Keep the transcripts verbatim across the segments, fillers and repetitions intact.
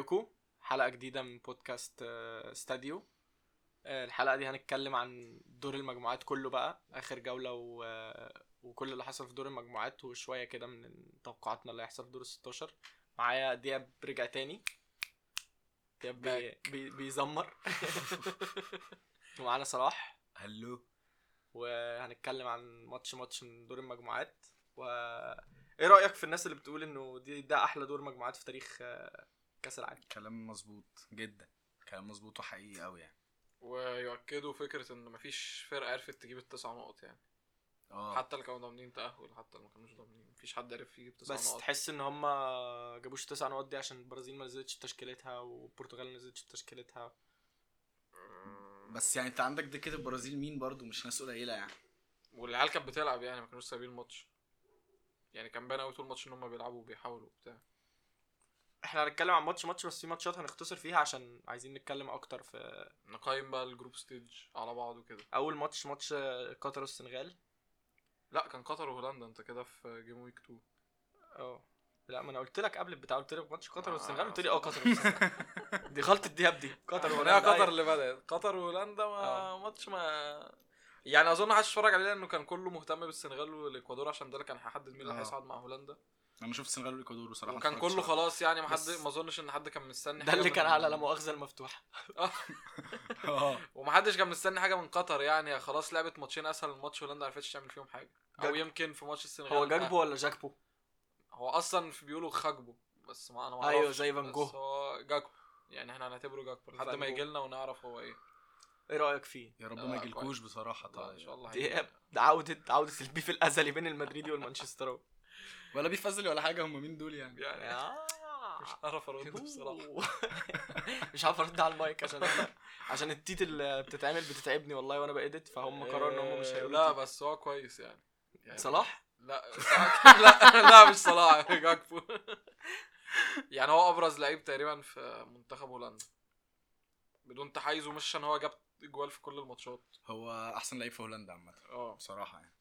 ازيكم؟ حلقة جديدة من بودكاست استاديو. الحلقة دي هنتكلم عن دور المجموعات كله بقى، اخر جولة و... وكل اللي حصل في دور المجموعات، وشوية كده من توقعاتنا اللي هيحصل في دور الستاشر. معايا دياب رجع تاني، دياب بي... بي... بيزمر ومعانا صلاح. هلو. وهنتكلم عن ماتش ماتش من دور المجموعات. و ايه رأيك في الناس اللي بتقول انه دي ده احلى دور مجموعات في تاريخ كاس العالم؟ كلام مظبوط جدا، كلام مظبوط وحقيقي قوي يعني. ويؤكدوا فكره ان مفيش فرقه عرفت تجيب التسع نقط يعني. اه حتى اللي كانوا ضامنين تاهل، حتى اللي ما كانوش ضامنين، مفيش حد عرف يجيب تسع بس نقط. بس تحس ان هم جابوش تسع نقط دي عشان البرازيل ما نزلتش تشكيلتها والبرتغال ما نزلتش تشكيلتها. بس يعني انت عندك دكه البرازيل مين برضو مش ناس قليله يعني، والعيال كانت بتلعب يعني، ما كانوش سايبين الماتش يعني. كان باين قوي طول الماتش ان هم بيلعبوا وبيحاولوا وبتاع. احنا هنتكلم عن ماتش ماتش، بس في ماتشات هنختصر فيها عشان عايزين نتكلم اكتر في نقيم بقى الجروب ستيج على بعض وكده. اول ماتش ماتش قطر والسنغال. لا كان قطر وهولندا، انت كده في جيم ويك اتنين. اه لا، ما انا قلت لك قبل البتاع، قلت لك ماتش قطر آه، والسنغال، قلت لي صح. اه قطر والسنغال. دي غلطه دياب دي، قطر هي وهولندا. قطر اللي بدأت، قطر وهولندا ما آه. ماتش ما يعني اظن محدش اتفرج عليه لانه كان كله مهتم بالسنغال والاكوادور، عشان ده اللي كان هيحدد مين اللي آه. هيصعد مع هولندا. انا شفت السنغال والاكوادور بصراحه، وكان ما اتفرجتش كله عليه. خلاص يعني، ما حد بس- ما اظنش ان حد كان مستني ده حاجه اللي من- كان على لا مؤاخذه المفتوحه. اه ومحدش كان مستني حاجه من قطر يعني. خلاص لعبت ماتشين اسهل من ماتش هولندا، عرفتش تعمل فيهم حاجه. او جاكبو. يمكن في ماتش السنغال هو جاكبو ولا جاكبو؟ هو اصلا في بيقولوا خاجبو، بس ما انا ما أيوة، اعرفش. زي فان بس جوخ. هو جاكبو يعني، احنا هنعتبره جاكبو لحد فان ما جوخ. يجي لنا ونعرف هو ايه. ايه رايك فيه؟ يا رب آه، ما يجيلكوش كويس. بصراحه. طيب طيب ان شاء الله دي هيجي. ده عوده عوده البيف الازلي بين المدريدي والمانشستراوي ولا بيفزل ولا حاجه، هم مين دول يعني؟ يعني مش عارف ارد بصراحه. مش عارف ارد على المايك عشان عشان التيت اللي بتتعمل بتتعبني والله وانا بقيدت، فهم قرروا ان هم مش هيقولوا لا تيت. بس هو كويس يعني, يعني صلاح لا لا لا مش صلاح، جاكبو. يعني هو ابرز لعيب تقريبا في منتخب هولندا بدون تحيز، ومش عشان هو جاب جوال في كل الماتشات. هو احسن لعيب في هولندا عامه اه بصراحه يعني.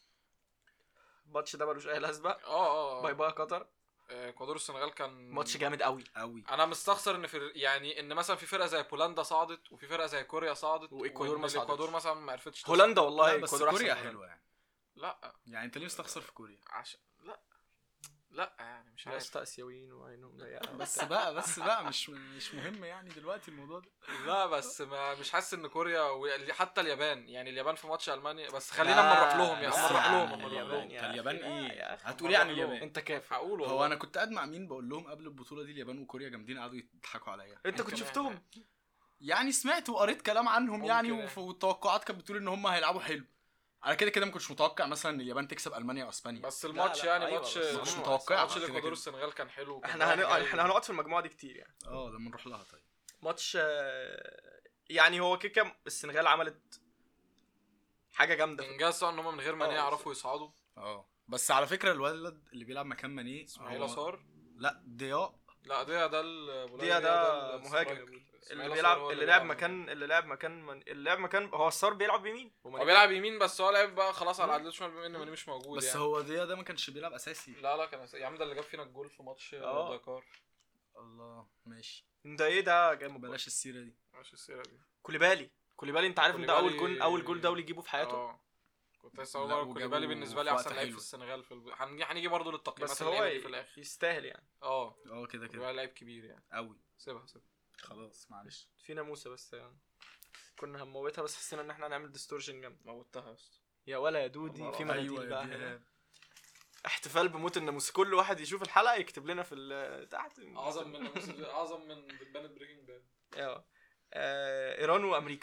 الماتش ده ملوش اي لازمه. اه اه باي باي قطر. اكوادور السنغال كان ماتش جامد قوي قوي. انا مستخسر ان في يعني ان مثلا في فرقه زي بولندا صعدت، وفي فرقه زي كوريا صعدت، وإكوادور وإن ما صعدتش. الاكوادور مثلا ما عرفتش تصعد. هولندا والله لا بس إكوادور كوريا أحسن من حلوه يعني. لا يعني انت ليه مستخسر في كوريا؟ عشان لا لا يعني مش يا عارف. اسطى اسيويين وعينهم ضيقه. بس بقى بس بقى مش مش مهم يعني دلوقتي الموضوع ده. لا بس ما مش حاسس ان كوريا وحتى اليابان يعني. اليابان في ماتش المانيا، بس خلينا اما نروح لهم يعني، لا، اما نروح يعني لهم اما نروح اليابان لهم. يا اليابان أخي، ايه لا يا أخي. هتقول يعني والله. اليابان؟ انت كافر. هقول هو والله. انا كنت قاعد مع مين بقول لهم قبل البطوله دي اليابان وكوريا جامدين، قعدوا يضحكوا عليا. انت كنت شفتهم؟ يعني سمعت وقريت كلام عنهم يعني، ممكن. وف- والتوقعات كانت بتقول ان هم هيلعبوا حلو. على كده كده ما كنتش متوقع مثلا ان اليابان تكسب المانيا واسبانيا. بس الماتش لا، يعني أيوة، ماتش بس مش هم- متوقع. ماتش كده الاكوادور كده. والسنغال كان حلو وكان احنا رايح هن... جاي. احنا هنقعد في المجموعه دي كتير يعني. اه لما نروح لها. طيب ماتش آه، يعني هو كيكا السنغال عملت حاجه جامده في... انجاز ان هم من غير ماني اه، يعرفوا يصعدوا. اه بس على فكره الولد اللي بيلعب مكان ماني اسماعيل هو- صار. لا ضياء. لا ده ده ال- ديا ده ال- مهاجم. السترايكر. اللي إسماعيل بيلعب صار هو اللي لعب مكان اللي لعب مكان من... اللي لعب مكان هو الصار بيلعب بيمين. هو بيلعب يمين، بس هو لعب بقى خلاص على عدل شمال بما ان ماني مش موجود بس يعني. هو ضياء ده ما كانش بيلعب اساسي. لا لا كان يا عم ده اللي جاب فينا الجول في ماتش اه. داكار. الله ماشي، ده ايه ده جامد. بلاش السيره دي. ماشي السيره دي. كوليبالي كوليبالي انت عارف ان ده اول كوليبالي- جول اول جول دولي يجيبه في حياته. اه كنت لسه لا، هقول وجابوا كوليبالي بالنسبه لي في احسن وقت لعيب حلو. في السنغال في الب... هنيجي هنيجي برضه للتقييمات بس هو اللعيبة دي في الاخر. يستاهل يعني. اه اه كده كده كوليبالي لعيب كبير يعني. قوي. سيبها سيبها. خلاص معلش. في ناموسه بس يعني كنا هنموتها، بس حسينا ان احنا هنعمل ديستورشن جامد. موتها يا اسطى. يا ولا يا دودي الله في الله. مناديل أيوة يا بقى دياب. هنا. احتفال بموت الناموس، كل واحد يشوف الحلقه يكتب لنا في ال- تحت. اعظم من اعظم من دبانة بريكنج باد. اه آه، ايران وامريكا.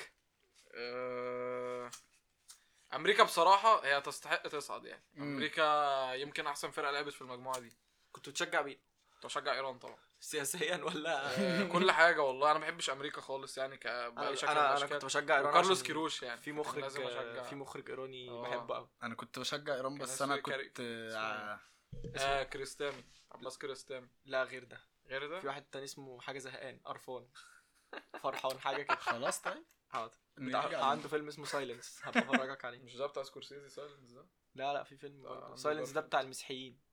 آه، امريكا بصراحه هي تستحق تصعد يعني. مم. امريكا يمكن احسن فرقه لعبت في المجموعه دي. كنت بتشجع مين؟ كنت بشجع ايران طبعا. سياسيا ولا؟ آه، كل حاجه والله. انا ما بحبش امريكا خالص يعني ك باي شكل من انا انا الاشكال. كنت بشجع ايران وكارلوس عشان كيروش يعني في كان مخرج لازم أشجع. في مخرج ايراني آه. بحبه قوي. انا كنت بشجع ايران بس كان انا اسمه كاري- كنت اسمه آه، آه كريستامي عباس كريستامي. لا غير ده، غير ده في واحد تاني اسمه حاجه زهقان قرفان فرحان حاجه كده. خلاص طيب حاضر. نرجع بتاع- عنده فيلم اسمه سايلنس هبقى افرجك عليه. مش ده بتاع سكورسيزي سايلنس ده؟ لا لا في فيلم آه، سايلنس ده عنده بتاع المسيحيين.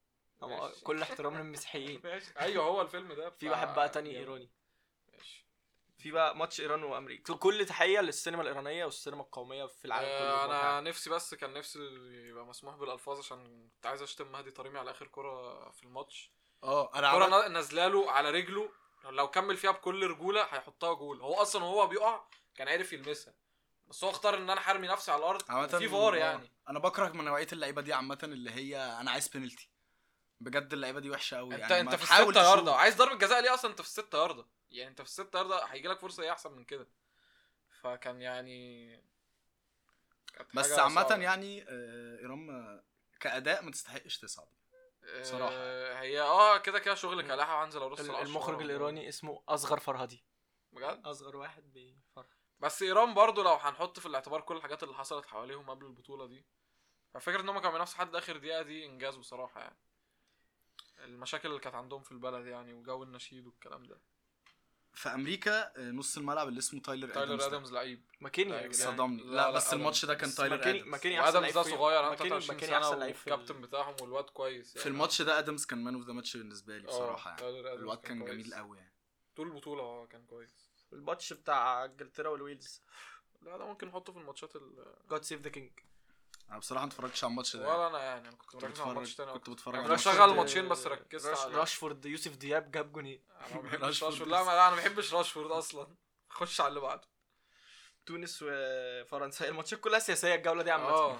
ماشي. كل احترام للمسيحيين. ماشي ايوه هو الفيلم ده في واحد بقى تاني ايراني. في بقى ماتش ايران وامريكا. كل تحيه للسينما الايرانيه والسينما القوميه في العالم كله. آه انا بوجهها. نفسي بس كان نفسي يبقى مسموح بالالفاظ عشان كنت عايز اشتم مهدي طريمي على اخر كرة في الماتش. اه انا كرة عملت... نازله له على رجله، لو كمل فيها بكل رجوله هيحطها جول. هو اصلا وهو بيقع كان عارف يلمسها، بس هو اختار ان انا حرمي نفسي على الارض في فار يعني. انا بكره من نوعيه اللعيبه دي عامه، اللي هي انا عايز بينالتي. بجد اللعيبه دي وحشه قوي. انت يعني انت في الستة ياردة عايز ضربة جزاء ليه اصلا؟ انت في الستة ياردة يعني، انت في الستة ياردة هيجي لك فرصه ايه احسن من كده؟ فكان يعني بس عامه يعني آه ايران كاداء ما تستحقش تصعد صراحه. آه هي اه كده كده شغل كلاحه وهنزل ارص العشرة. المخرج الايراني اسمه اصغر فرهدي. بجد اصغر واحد بفرهد. بس ايران برضو لو هنحط في الاعتبار كل الحاجات اللي حصلت حواليهم قبل البطوله دي، ففكره ان هم كانوا بينافسوا لحد اخر دقيقه دي انجاز بصراحه يعني. المشاكل اللي كانت عندهم في البلد يعني، وجو النشيد والكلام ده. في امريكا نص الملعب اللي اسمه تايلر ادمز تايلر ادمز لعيب ماكيني صدمني. لا, لا بس الماتش ده كان تايلر ماكيني ادمز. ماكيني ادمز ده صغير، عنده ماكيني ثلاثة وعشرين ماكيني احسن سنه لعيب في والكابتن بتاعهم والواد كويس يعني. في الماتش ده ادمز كان مان اوف ذا ماتش بالنسبه لي بصراحه يعني. الواد كان, كان جميل قوي يعني طول البطوله. هو كان كويس. الماتش بتاع انجلترا والويلز لا ده ممكن نحطه في الماتشات ال جاد سيف ذا كينج. انا بصراحه ما اتفرجتش على الماتش ده ولا انا يعني. انا كنت مركز على الماتش تاني. كنت بتفرج على على شغال الماتشين بس ركزت راش على راشفورد. يوسف دياب جاب جونين. انا ما بحبش راشفورد. لا لا انا ما بحبش راشفورد اصلا. خش على اللي بعده. تونس وفرنسا. الماتشات كلها سياسيه الجوله دي عامه. اه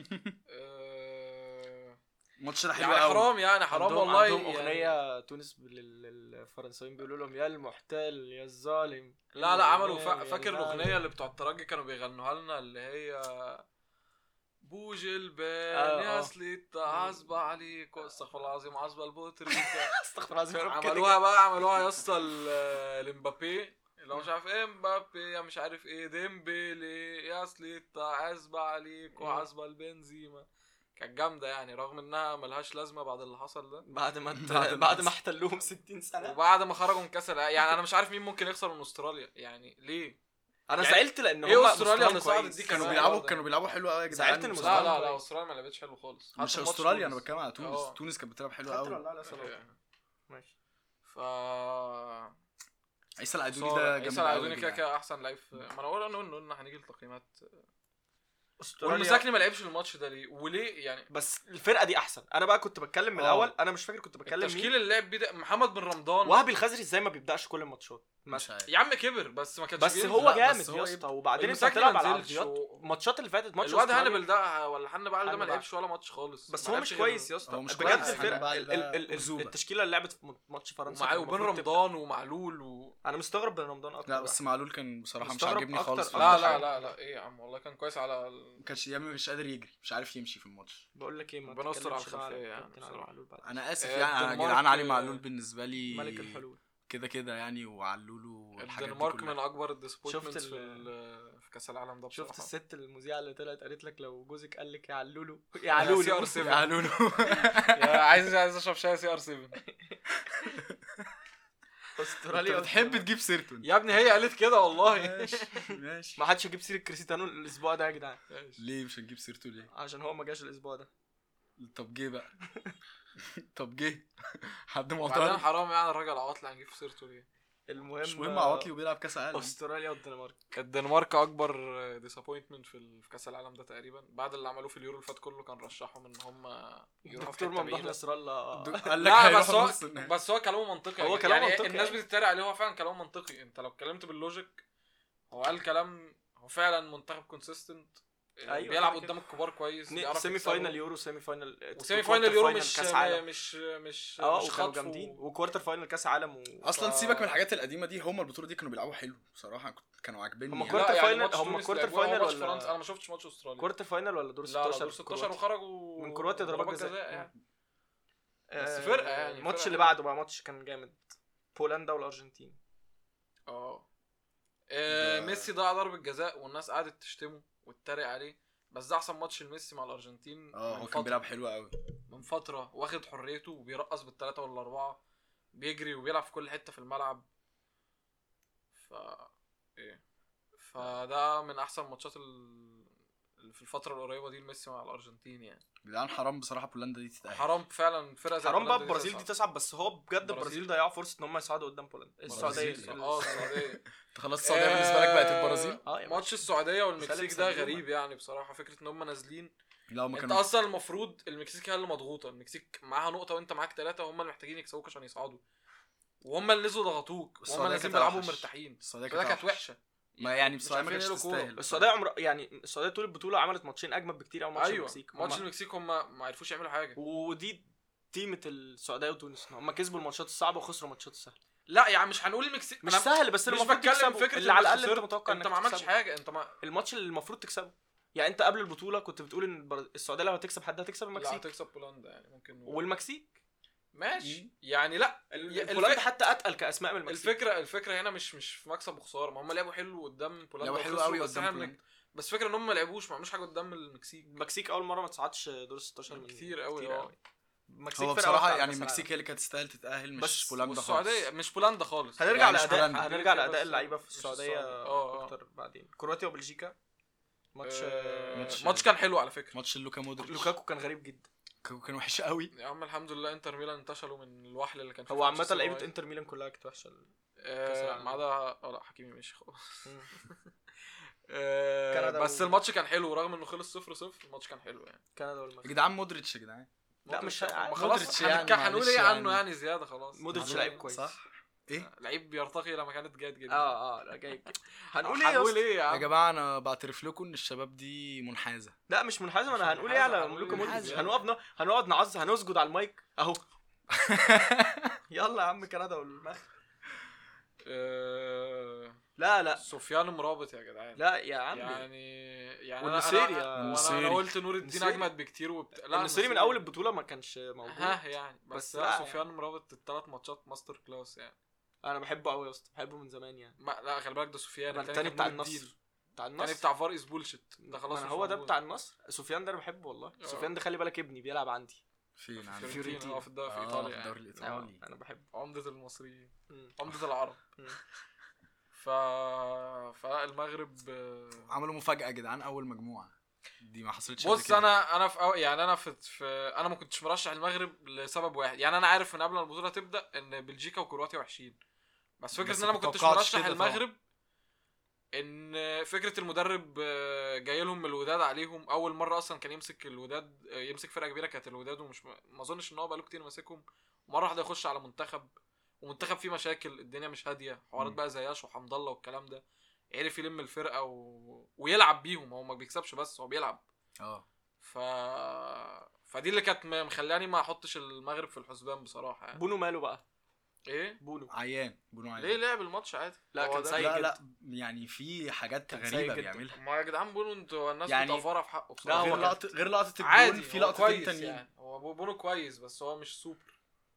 الماتش ده حلو يعني قوي. حرام يعني حرام عندهم والله. عندهم يعني اغنيه تونس للفرنساويين بيقولوا لهم يا المحتل يا الظالم. لا لا عملوا فا... فاكر الاغنيه اللي بتوع الترجي كانوا بيغنوها لنا اللي هي بوج البان يا سليت عصب عليك استغفر الله العظيم عصب البوتريكا. استغفر الله العظيم. عملوها بقى عملوها يا اسطى لمبابي اللي هو مش عارف ايه مبابي يا مش عارف ايه ديمبلي يا سليت عصب عليك وعصب البنزيما. كانت جامده يعني رغم انها ملهاش لازمه بعد اللي حصل ده. بعد ما بعد ما احتلوهم ستين سنه وبعد ما خرجوا من كاس العالم. يعني انا مش عارف مين ممكن يخسر من استراليا يعني ليه. انا يعني زعلت لان هم ايه استراليا اللي صعدت دي كانوا بيلعبوا كانوا بيلعبوا حلو قوي يا جدعان. زعلت ان لا لا لا استراليا ما لعبتش حلو خالص. مش استراليا انا بتكلم على تونس. أوه. تونس كانت بتلعب حلو قوي. ماشي. ف عيسى العيدوني ده جامد. عيسى العيدوني كده كده احسن لعيب. ما انا اقول انه قلنا هنيجي للتقييمات. استراليا والمساكني ما لعبش الماتش ده ليه وليه يعني. بس الفرقه دي احسن. انا بقى كنت بتكلم من الاول. انا مش فاكر كنت بتكلم مين. تشكيل اللعب بدا محمد بن رمضان. وهبي الخزري ازاي ما بيبداش كل الماتشات يا عم كبر بس ما كانش بس هو جامد يا اسطى. وبعدين انت بتلعب على العرضيات. الماتشات اللي فاتت ماتش الواد هانبل ده ولا حن بقى ده ما لعبش ولا ماتش خالص. بس هو مش كويس يا اسطى بجد. الفرقه التشكيله اللي لعبت في ماتش فرنسا وبن رمضان ومعلول و... انا مستغرب بن رمضان اكتر. لا بس معلول كان بصراحه مش عاجبني خالص. لا لا لا لا ايه يا عم والله كان كويس على ال... ما كانش يامي مش قادر يجري مش عارف يمشي في الماتش. بقول لك ايه ما بنصر على الخلفيه يعني. انا اسف يعني انا جدعان علي معلول بالنسبه لي ملك الحلول كده كده يعني. وعلولو والحاجات دي الدنمارك من اكبر الديسابوينتمنتس في في كاس العالم ده بصراحه. شفت الست المذيعه اللي طلعت قالت لك لو جوزك قال لك يا علولو يا علولو يا علولو عايز عايز اشرب شاي سي ار سبعة. استراليا بتحب تجيب سيرته يا ابني. هي قالت كده والله. ماشي ماشي. ما حدش يجيب سيره كريستيانو الاسبوع ده يا جدعان. ليه مش هنجيب سيرته ليه؟ عشان هو ما جاش الاسبوع ده. طب جه بقى. طب جه حد معترض. بعدين حرام يعني الراجل عواطلي هنجيب في سيرته ليه؟ المهم مش مهم عواطلي وبيلعب كاس العالم. استراليا والدنمارك. الدنمارك اكبر ديسابوينتمنت في في كاس العالم ده تقريبا بعد اللي عملوه في اليورو اللي فات كله. كان رشحهم ان هم يروحوا في ممدوح نصر الله قال لك لا بس هو بس هو كلامه منطقي. هو كلامه يعني منطقي. الناس بتتريق عليه هو فعلا كلامه منطقي. انت لو اتكلمت باللوجيك هو قال كلام. هو فعلا منتخب كونسيستنت. أيوة بيلعب قدام الكبار كويس. سيمي فاينال يورو سيمي فاينال وسيمي فاينال يورو مش مش مش اه مش كانوا جامدين. وكوارتر فاينال كاس عالم و... اصلا سيبك من الحاجات القديمه دي. هم البطوله دي كانوا بيلعبوا حلو بصراحه. كانوا عاجبيني. هم كوارتر فاينال هم كوارتر فاينال ولا انا ما شفتش ماتش استراليا. كوارتر فاينال ولا دور ستاشر؟ لا دور ستاشر وخرجوا من كرواتيا ضربات جزاء يعني. بس فرقه يعني. الماتش اللي بعده بقى ماتش كان جامد. بولندا والارجنتين. اه ميسي ضيع ضربه جزاء والناس قعدت تشتمه وتتريق عليه. بس ده احسن ماتش لميسي مع الارجنتين. اه هو كان بيلعب حلو قوي من فتره. واخد حريته وبيرقص بالثلاثه ولا اربعه. بيجري وبيلعب في كل حته في الملعب. ف ايه فده من احسن ماتشات ال... في الفتره القريبه دي ميسي مع الارجنتين يعني. جدعان حرام بصراحه بولندا دي تتاهل. حرام فعلا فرقه زي حرام بقى بولندا دي البرازيل دي تصعد. تصعد، بس هو بجد البرازيل ضيعوا فرصه ان هم يصعدوا قدام بولندا. السعوديه السعوديه اه السعوديه انت خلاص السعوديه بالنسبه لك بقت البرازيل. اه يا ماتش السعوديه والمكسيك سلم ده سلم غريب يعني بصراحه، فكره ان هم نازلين. لا ما انت كانوا اصلا المفروض المكسيك هي اللي مضغوطه، المكسيك معاها نقطه وانت معاك ثلاثه، وهم اللي محتاجين يكسبوك عشان يصعدوا، وهم اللي نزلوا ضغطوك، وهم السعودية نازلين كانت بيلعبوا أوحش. مرتاحين. السعوديه السعوديه كانت أوحش. وحشه ما يعني مش بصراحه ما عارفين كانتش يلعبوا كورة. تستاهل. السعوديه عمر يعني السعوديه طول البطوله عملت ماتشين اجمد بكتير او ماتش ايوه المكسيك. ماتش هم- المكسيك هم ما عرفوش يعملوا حاجه. ودي تيمه السعوديه وتونس، هم كسبوا الماتشات الصعبه وخسروا الماتشات السهله. لا يعني مش هنقول المكسيك مش سهل، بس مش المفروض بتكلم تكسبه. فكره اللي على إنك الاقل انت خسرت، متوقع انت انك ما عملتش تكسبه. حاجه. انت ما الماتش اللي المفروض تكسبه يعني، انت قبل البطوله كنت بتقول ان البر- السعوديه لو هتكسب حد هتكسب لا المكسيك هتكسب بولندا يعني ممكن. والمكسيك. ماشي مم. يعني لا ال- الف- بولندا حتى اتقل كاسماء من المكسيك. الفكره الفكره هنا مش مش في مكسب وخساره، ما هم لعبوا حلو قدام بولندا لعبوا حلو وخسروا، قوي بس قدام احنا بولندا. بنك- بس فكره ان هم ما لعبوش ما عملوش حاجه قدام المكسيك المكسيك اول مره ما تصعدش دور ستاشر من كتير قوي كتير اه. قوي. المكسيك هو فرقة بصراحه واحدة على يعني كأس المكسيك العالم. هي اللي كانت تستاهل تتاهل مش بس بولندا والسعوديه خالص. مش بولندا خالص. هنرجع يعني مش لاداء بولندا. هنرجع بس لاداء اللعيبه في مش السعوديه السعودية. اه، اه. اكتر بعدين. كرواتيا وبلجيكا ماتش آه، ماتش- ماتش كان حلو على فكره. ماتش لوكا مودريتش لوكاكو كان غريب جدا. كان وحش قوي. يا عم الحمد لله انتر ميلان انتشلوا من الوحل اللي كان فيه هو في ماتش عامه لعيبه السنغال. انتر ميلان كلها كانت وحشه. آه، العالم. ما عدا اه لا حكيمي مشي خلاص. مم. آه، كندا بس و- الماتش كان حلو رغم انه خلص صفر صفر. الماتش كان حلو يعني. كندا يا والمغرب. جدعان مودريتش يا جدعان. لا، مش مودريتش- ه- ما خلاص مودريتش يعني هنتك- هنقول معلش ايه يعني. عنه يعني زياده خلاص. مودريتش هنقول لعيب إيه؟ كويس. صح ايه لعيب بيرتقي لما كانت جيد جدا. اه اه لا جاي كده. هنقول ايه يا هنقول اسطى؟ ايه يا يا عم؟ جماعه انا بعترف لكم ان الشباب دي منحازه. لا مش منحازم. مش انا هنقول ايه منحازة، على هنقول لوكا إيه؟ مودريتش؟ منحازة. هنقف ن- هنقعد نعز هنسجد على المايك اهو. يلا يا عم كندا والمغرب. آه، لا لا سفيان مرابط يا جدعان. لا يا عم. يعني يعني والنصيري انا يا- انا, وأنا والنصيري. أنا قلت نور الدين النصيري. اجمد بكتير وبت... لا النصيري من اول البطوله ما كانش موجود. ها يعني بس, بس لا لا سفيان مرابط الثلاث ماتشات ماستر كلاس يعني. انا بحبه قوي يا اسطى، بحبه من زمان يعني. ما لا خلي بالك ده سفيان أنا التاني بتاع النصر. بتاع النصر الثاني بتاع فارس بولشيت ده خلاص خلاص مش هو ده موجود. بتاع النصر. سفيان ده انا بحبه والله. آه. سفيان ده خلي بالك ابني بيلعب عندي. فين في عندك؟ فيورنتينا اه في الدوري في آه، ايطاليا في يعني. الدوري الايطالي. انا بحبه. عمدة المصريين مم. عمدة العرب. مم. ف فالمغرب آه، عملوا مفاجاه يا جدعان اول مجموعه دي ما حصلتش قبل بص كده. انا انا في أو يعني انا في, في انا ما كنتش مرشح المغرب لسبب واحد. يعني انا عارف من قبل ما البطوله تبدا ان بلجيكا وكرواتيا وحشين، بس فكره بس ان انا ما كنت كنتش توقعتش مرشح كده طبعا. المغرب ان فكره المدرب آه، جاي لهم من الوداد عليهم. اول مره اصلا كان يمسك الوداد آه، يمسك فرقه كبيره كانت الوداد، ومش م- ما اظنش ان هو بقاله كتير ماسكهم. مره واحده يخش على منتخب ومنتخب فيه مشاكل، الدنيا مش هاديه، حوارات مم. بقى زي ياش وحمد الله والكلام ده. عرف يلم الفرقه و... ويلعب بيهم. هو ما بيكسبش بس هو بيلعب. اه ف فدي اللي كانت م- مخلاني ما احطش المغرب في الحسبان بصراحه يعني. بونو ماله بقى؟ ايه بونو عيان بنو عيان. ليه لعب الماتش عادي؟ لا، هو كان ده- سيء لا جدا. لا يعني في حاجات كان سيء غريبه جدا. بيعملها. ما يا جدعان بونو انتوا الناس يعني- متأفرة في حقه لا، بصراحه. هو غير كان- لقطه غير لقطه الجون عادي في هو لقطتين كويس تانيين يعني. هو بونو كويس بس هو مش سوبر.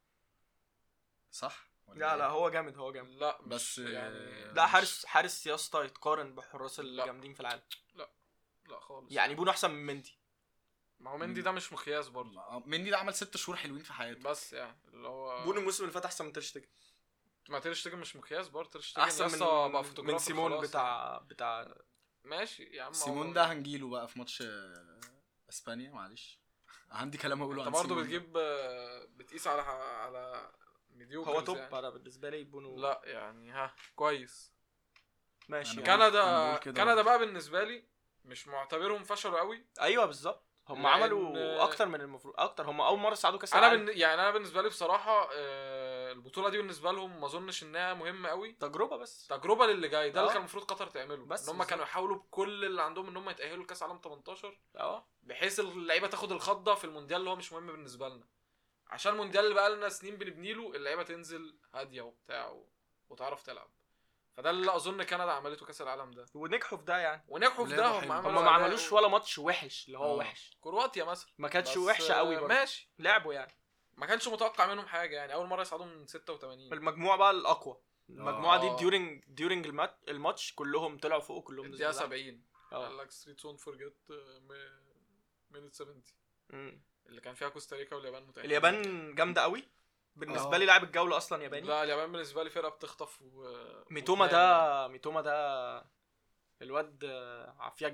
صح ولا لا إيه؟ لا هو جامد هو جامد. لا مش بس يعني لا حارس حارس يا اسطى يتقارن بحراس لا. الجامدين في العالم. لا خالص. يعني بونو احسن من مندي. ما هو مندي ده مش مقياس برضه. مندي ده عمل ست شهور حلوين في حياته. بس يعني اللي هو بونو الموسم اللي فات احسن من تير شتيجن. ما تير شتيجن مش مقياس برضه. تير شتيجن احسن يسطا بقى من فوتوغرافر من سيمون خلاص بتاع بتاع يعني. ماشي يا عم. سيمون هو- ده هنجيله بقى في ماتش آه، اسبانيا. معلش عندي كلام اقوله انت عن برضه سيمون ده. بتجيب آه، بتقيس على على ميديوكرز هو توب. يعني. انا بالنسبه لي بونو لا يعني ها كويس. ماشي أنا يعني. أنا كندا بقول كده. كندا بقى بالنسبه لي مش معتبرهم فشلوا قوي. ايوه بالظبط. هم لأن- عملوا اكتر من المفروض. اكتر هم اول مره صعدوا كاس انا العالم. بن... يعني انا بالنسبه لي بصراحه آه، البطوله دي بالنسبه لهم ما اظنش انها مهمه قوي. تجربه بس. تجربه للي جاي ده اللي آه. كان المفروض قطر تعمله. بس ان هم بالظبط. كانوا يحاولوا بكل اللي عندهم ان هم يتاهلوا لكاس عالم تمنتاشر اه بحيث اللعيبه تاخد الخضه في المونديال اللي هو مش مهم بالنسبه لنا، عشان المونديال اللي بقى لنا سنين بنبني له اللعيبه تنزل هاديه وبتاع و... وتعرف تلعب. فده اللي اظن كندا عملته كاس العالم ده ونجحوا في ده يعني. ونجحوا في ده. ولعبوا هم حلو. عملوا هم ما أداء عملوش و- ولا ماتش وحش اللي هو آه. وحش. كرواتيا مثلا ما كانتش بس، وحشه قوي آه، برضه. ماشي. لعبوا يعني. ما كانش متوقع منهم حاجه يعني. اول مره يصعدوا من ستة وتمانين. المجموعه بقى الاقوى. المجموعه دي آه. ديورنج ديورنج المات... الماتش كلهم طلعوا فوق كلهم الدقيقه نزلوا تحت. سبعين اه قال لك ستريت وونت فورجيت مينيت سبعين مم. اللي كان فيها كوستاريكا واليابان متأهلين. اليابان جامده قوي بالنسبه آه. لي. لاعب الجوله اصلا ياباني. لا اليابان بالنسبه لي فرقه بتخطف و... ميتوما وتنام. ده ميتوما ده الواد عفياجي يعني.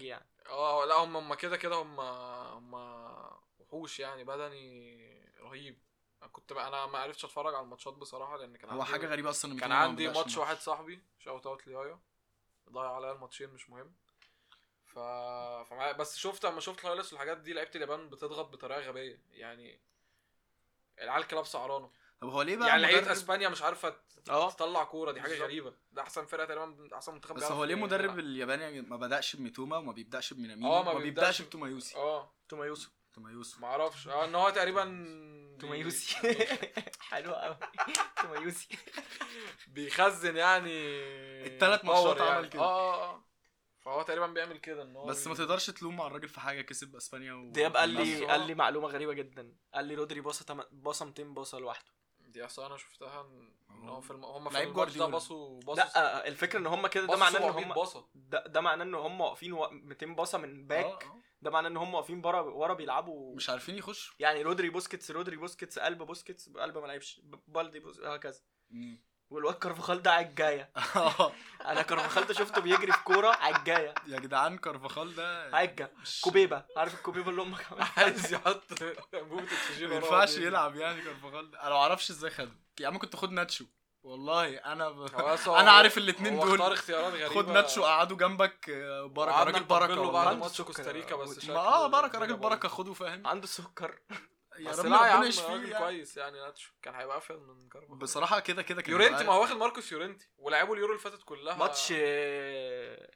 اه لا هم هم كده كده هم هم وحوش يعني، بدني رهيب. انا كنت بقى انا ما عرفتش اتفرج على الماتشات بصراحه لان كان هو عندي حاجه غريبه اصلا كان عندي ماتش واحد صاحبي شوت اوت ليايا ضيع عليا الماتشين مش مهم. ف فما بس شفت اما شفت الهايلايتس والحاجات دي لعيبه اليابان بتضغط بطريقه غبيه يعني، العيال كلاب سعرانه. طب هو ليه بقى يعني لعيبه مدرب... اسبانيا مش عارفه اه تطلع كوره، دي حاجه بالظبط. غريبه. ده احسن فرقه تقريبا، احسن منتخب بس بيعرف هو ليه يلعب. مدرب الياباني ما بدأش بميتوما وما بيبدأش بمينامينو اه ما وما بيبدأش بيبدأش بتومايوسي؟ اه توما يوسف تومايوسي ما اعرفش اه ان هو تقريبا توما بي- يوسي حلو قوي توما يوسي بيخزن يعني التلات باور ماتشات يعني. عمل كده. اه اه اه فهو تقريبا بيعمل كده ان هو بس ما بي- تقدرش تلوم على الراجل في حاجه، كسب اسبانيا و... دياب قال بس لي هو- قال لي معلومه غريبه جدا، قال لي رودري باصه تم... باصه مئتين باصه لوحده. دي اصلا انا شفتها ان إن هو في الم... هم في لعيب الماتش ده جوارديولا. باصوا باصوا لا الفكره ان هم كده، ده باصوا معناه ان سبعمية هم باصه. ده, ده معناه ان هم واقفين و... مئتين باصه من باك. آه، آه. ده معناه ان هم واقفين ورا ورا بيلعبوا مش عارفين يخشوا. يعني رودري بوسكيتس رودري بوسكيتس قلب بوسكيتس قلب ما لعبش ب- بالدي بوس... هكذا. مم. والواد كارفاخال ده على الجايه. انا كارفاخال ده شفته بيجري في كوره على الجايه يا جدعان كارفاخال ده على الجايه مش- كوبيبه، عارف الكوبيبه اللي امك عايز يحط انبوبه اكسجين ما وراه ينفعش دي. يلعب يعني كارفاخال ده. انا ما اعرفش ازاي خده يا عم، كنت خد ناتشو والله. انا ب... هو أصلاً انا هو- عارف الاثنين هو دول. اختار اختيارات غريبه. خد ناتشو قعدوا جنبك آه، بركه وقعدنا راجل نطبل بركه له بعد والله. عنده ماتش سكر. كوستاريكا بس ما- شكله ما اه بركه الدنيا راجل باظت. بركه، خده فاهم. عنده سكر. يا بس رب لا يا ربنا عم يشفيه راجل يعني. كويس يعني. ناتشو كان هيبقى افيد من كارفاخال بصراحه كده كده كان يورنتي. معاه- ما هو واخد ماركوس يورنتي ولعبوا اليورو اللي فاتت كلها ماتش آه،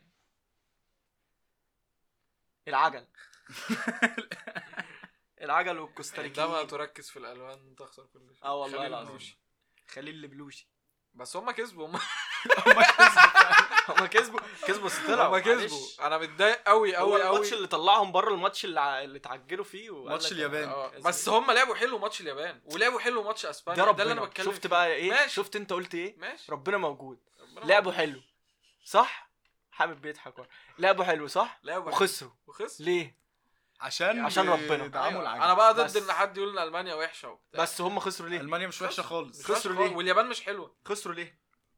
العجل العجل والكوستاريكي. عندما تركز في الالوان تخسر كل شيء. اه والله خليل العظيم. بلوشي. خليل البلوشي. بس هم كسبوا هم هما كسبوا كسبوا بس طلعوا هم كسبوا. انا متضايق قوي قوي قوي قوي. الماتش اللي طلعهم بره، الماتش اللي ع- اللي اتعجلوا فيه وقال ماتش لك- اليابان. اه بس هم لعبوا حلو ماتش اليابان ولعبوا حلو ماتش اسبانيا. ده ده اللي ربنا. انا بتكلم شفت فيه. بقى ايه؟ ماشي. شفت انت قلت ايه؟ ماشي ربنا موجود. ربنا لعبوا موجود. حلو صح؟ حامد بيضحك ورا. لعبوا حلو صح؟ لعبوا حلو. وخسروا وخسر. ليه؟ عشان عشان ربنا. يدعموا أيوة. العجل. انا بقى بس. ضد ان حد يقول ان المانيا وحشه وبتاع. بس هم خسروا ليه؟ المانيا مش وحشه خالص. مش خسروا وحشة ليه؟ واليابان مش حلوه. خسروا ليه؟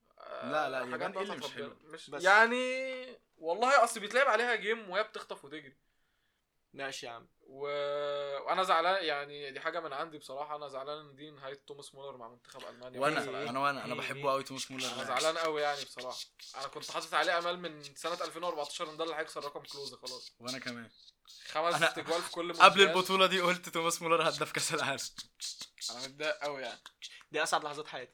لا، لا، آه، اليابان حاجات إيه اللي بتاعت مش ربنا. حلوة؟ مش بس. يعني والله اصل بيتلعب عليها جيم وهي بتخطف وتجري ماشي يا عم. و... وانا زعلان يعني. دي حاجه من عندي بصراحه. انا زعلان ان دي نهايه توماس مولر مع منتخب المانيا. وانا أنا زعلان. انا وانا انا إيه بحبه إيه؟ قوي توماس مولر. انا زعلان قوي يعني بصراحه. انا كنت حاطط عليه امال من سنه ألفين وأربعتاشر ان ده اللي هيكسر رقم كلوزا خلاص. وانا كمان خمس أنا- تجوال في كل قبل مونديال. البطوله دي قلت توماس مولر هداف كاس العالم. انا متضايق قوي يعني. دي اسعد لحظات حياتي.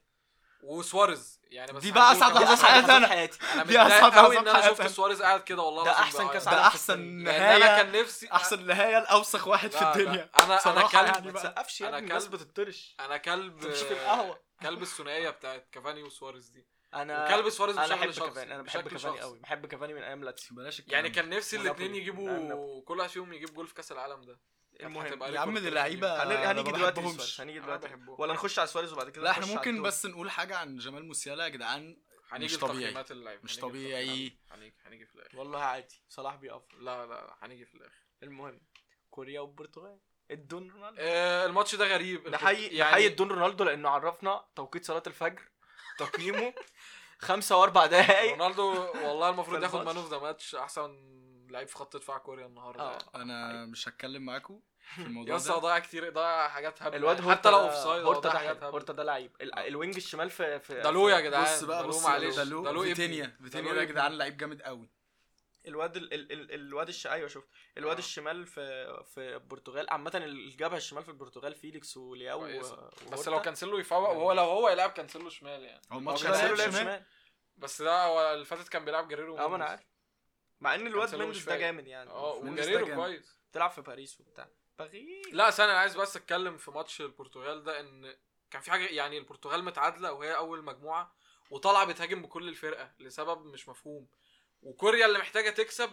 وسواريز يعني. بس دي بقى هنقول أسعد كمان- لحظات حياتي أنا. حياتي. انا دي متضايق أسعد قوي لحظات ان انا شفت حياتي. سواريز قاعد كده والله ده العظيم أحسن بعيط. كأس ده عالم في احسن التاريخ. لأن انا نهايه، كان نفسي احسن نهايه لاوسخ واحد في لا، لا. الدنيا. أنا- أنا بصراحة كلب. يعني ما بقى. تسقفش يا أنا ابني، الناس كلب. بتطرش. انا كلب تمشي القهوة. كلب الثنائيه بتاعت كافاني وسواريز دي. انا وكلب سواريز انا بشكل بحب شخصي. كافاني، انا بحب بشكل كافاني شخصي. قوي، بحب كافاني من ايام لاتسيو. بلاش الكلام يعني ده. كان نفسي ونابولي. الاثنين نعم، يجيبوا نابولي. كل واحد فيهم يجيب جول في كاس العالم ده. المهم هتبقى يا عم ريكورد دي تاريخي. لعيبه هن- أنا هنيجي ما دلوقتي بحبهمش. للسؤال، هنيجي أنا دلوقتي بحبهم. ولا نخش على سواريز وبعد كده لا احنا نخش على ممكن الدور؟ بس نقول حاجه عن جمال موسيالا يا جدعان. هنيجي مش طبيعي. لتقييمات اللعيبه. مش هنيجي طبيعي. لتقييمات. هنيجي هنيجي في الاخر. والله عادي صلاح بيقف. لا لا هنيجي في الاخر. المهم كوريا والبرتغال الدون رونالدو. آه الماتش ده غريب. نحيي يعني نحيي الدون رونالدو لانه عرفنا توقيت صلاه الفجر. تقييمه خمسة واربع دقايق. رونالدو والله المفروض في ياخد الماتش. مان اوف ذا ماتش. احسن لعيب في خط دفاع كوريا النهارده. اه يعني. انا مش هتكلم معاكم في الموضوع يس ده. ضيع كتير. ضيع حاجات هبله. الواد حتى لو اوف هورتا سايد هورتا ضيع ده حاجات حلو. هبله. هورتا ده لعيب ال- الوينج الشمال في في دالو يا في- جدعان. بص بقى دالو بص معلش. دالو دالو ابني. فيتينيا فيتينيا دالو ده يا ابني. جدعان لعيب جامد قوي. الواد ال ال ال الواد الش ايوه شفت الواد آه. الشمال في في البرتغال عامه. الجبهه الشمال في البرتغال فيليكس ولياو كويس. و- بس وهورتا. لو كانسيلو يفوق وهو لو هو يلعب كانسيلو شمال يعني. هو هو الماتش كانسيلو ده لعب لعب شمال. شمال. بس ده هو اللي فاتت كان بيلعب جريرو. اه ما انا عارف. مع ان الواد كانسيلو مش مندس ده فايق. جامد يعني. اه مندس ده وجريرو جامد. كويس. تلعب في باريس وبتاع باريس. لا ثانيه انا عايز بس اتكلم في ماتش البرتغال ده ان كان في حاجه يعني. البرتغال متعادله وهي اول مجموعه وطالعه بتهاجم بكل الفرقه لسبب مش مفهوم. وكوريا اللي محتاجه تكسب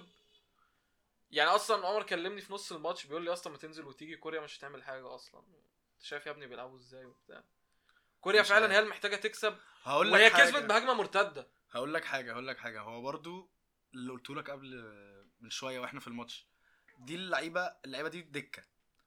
يعني. اصلا عمر كلمني في نص الماتش بيقول لي اصلا ما تنزل وتيجي كوريا مش هتعمل حاجه اصلا. انت شايف يا ابني بيلعبوا ازاي وبتاع. كوريا مش فعلا عارف. هي اللي محتاجه تكسب. هقول وهي لك حاجه كسبت بهجمه مرتده. هقول لك حاجه هقول لك حاجه هو برضو اللي قلت لك قبل من شويه واحنا في الماتش دي. اللعيبه اللعيبه دي دكه.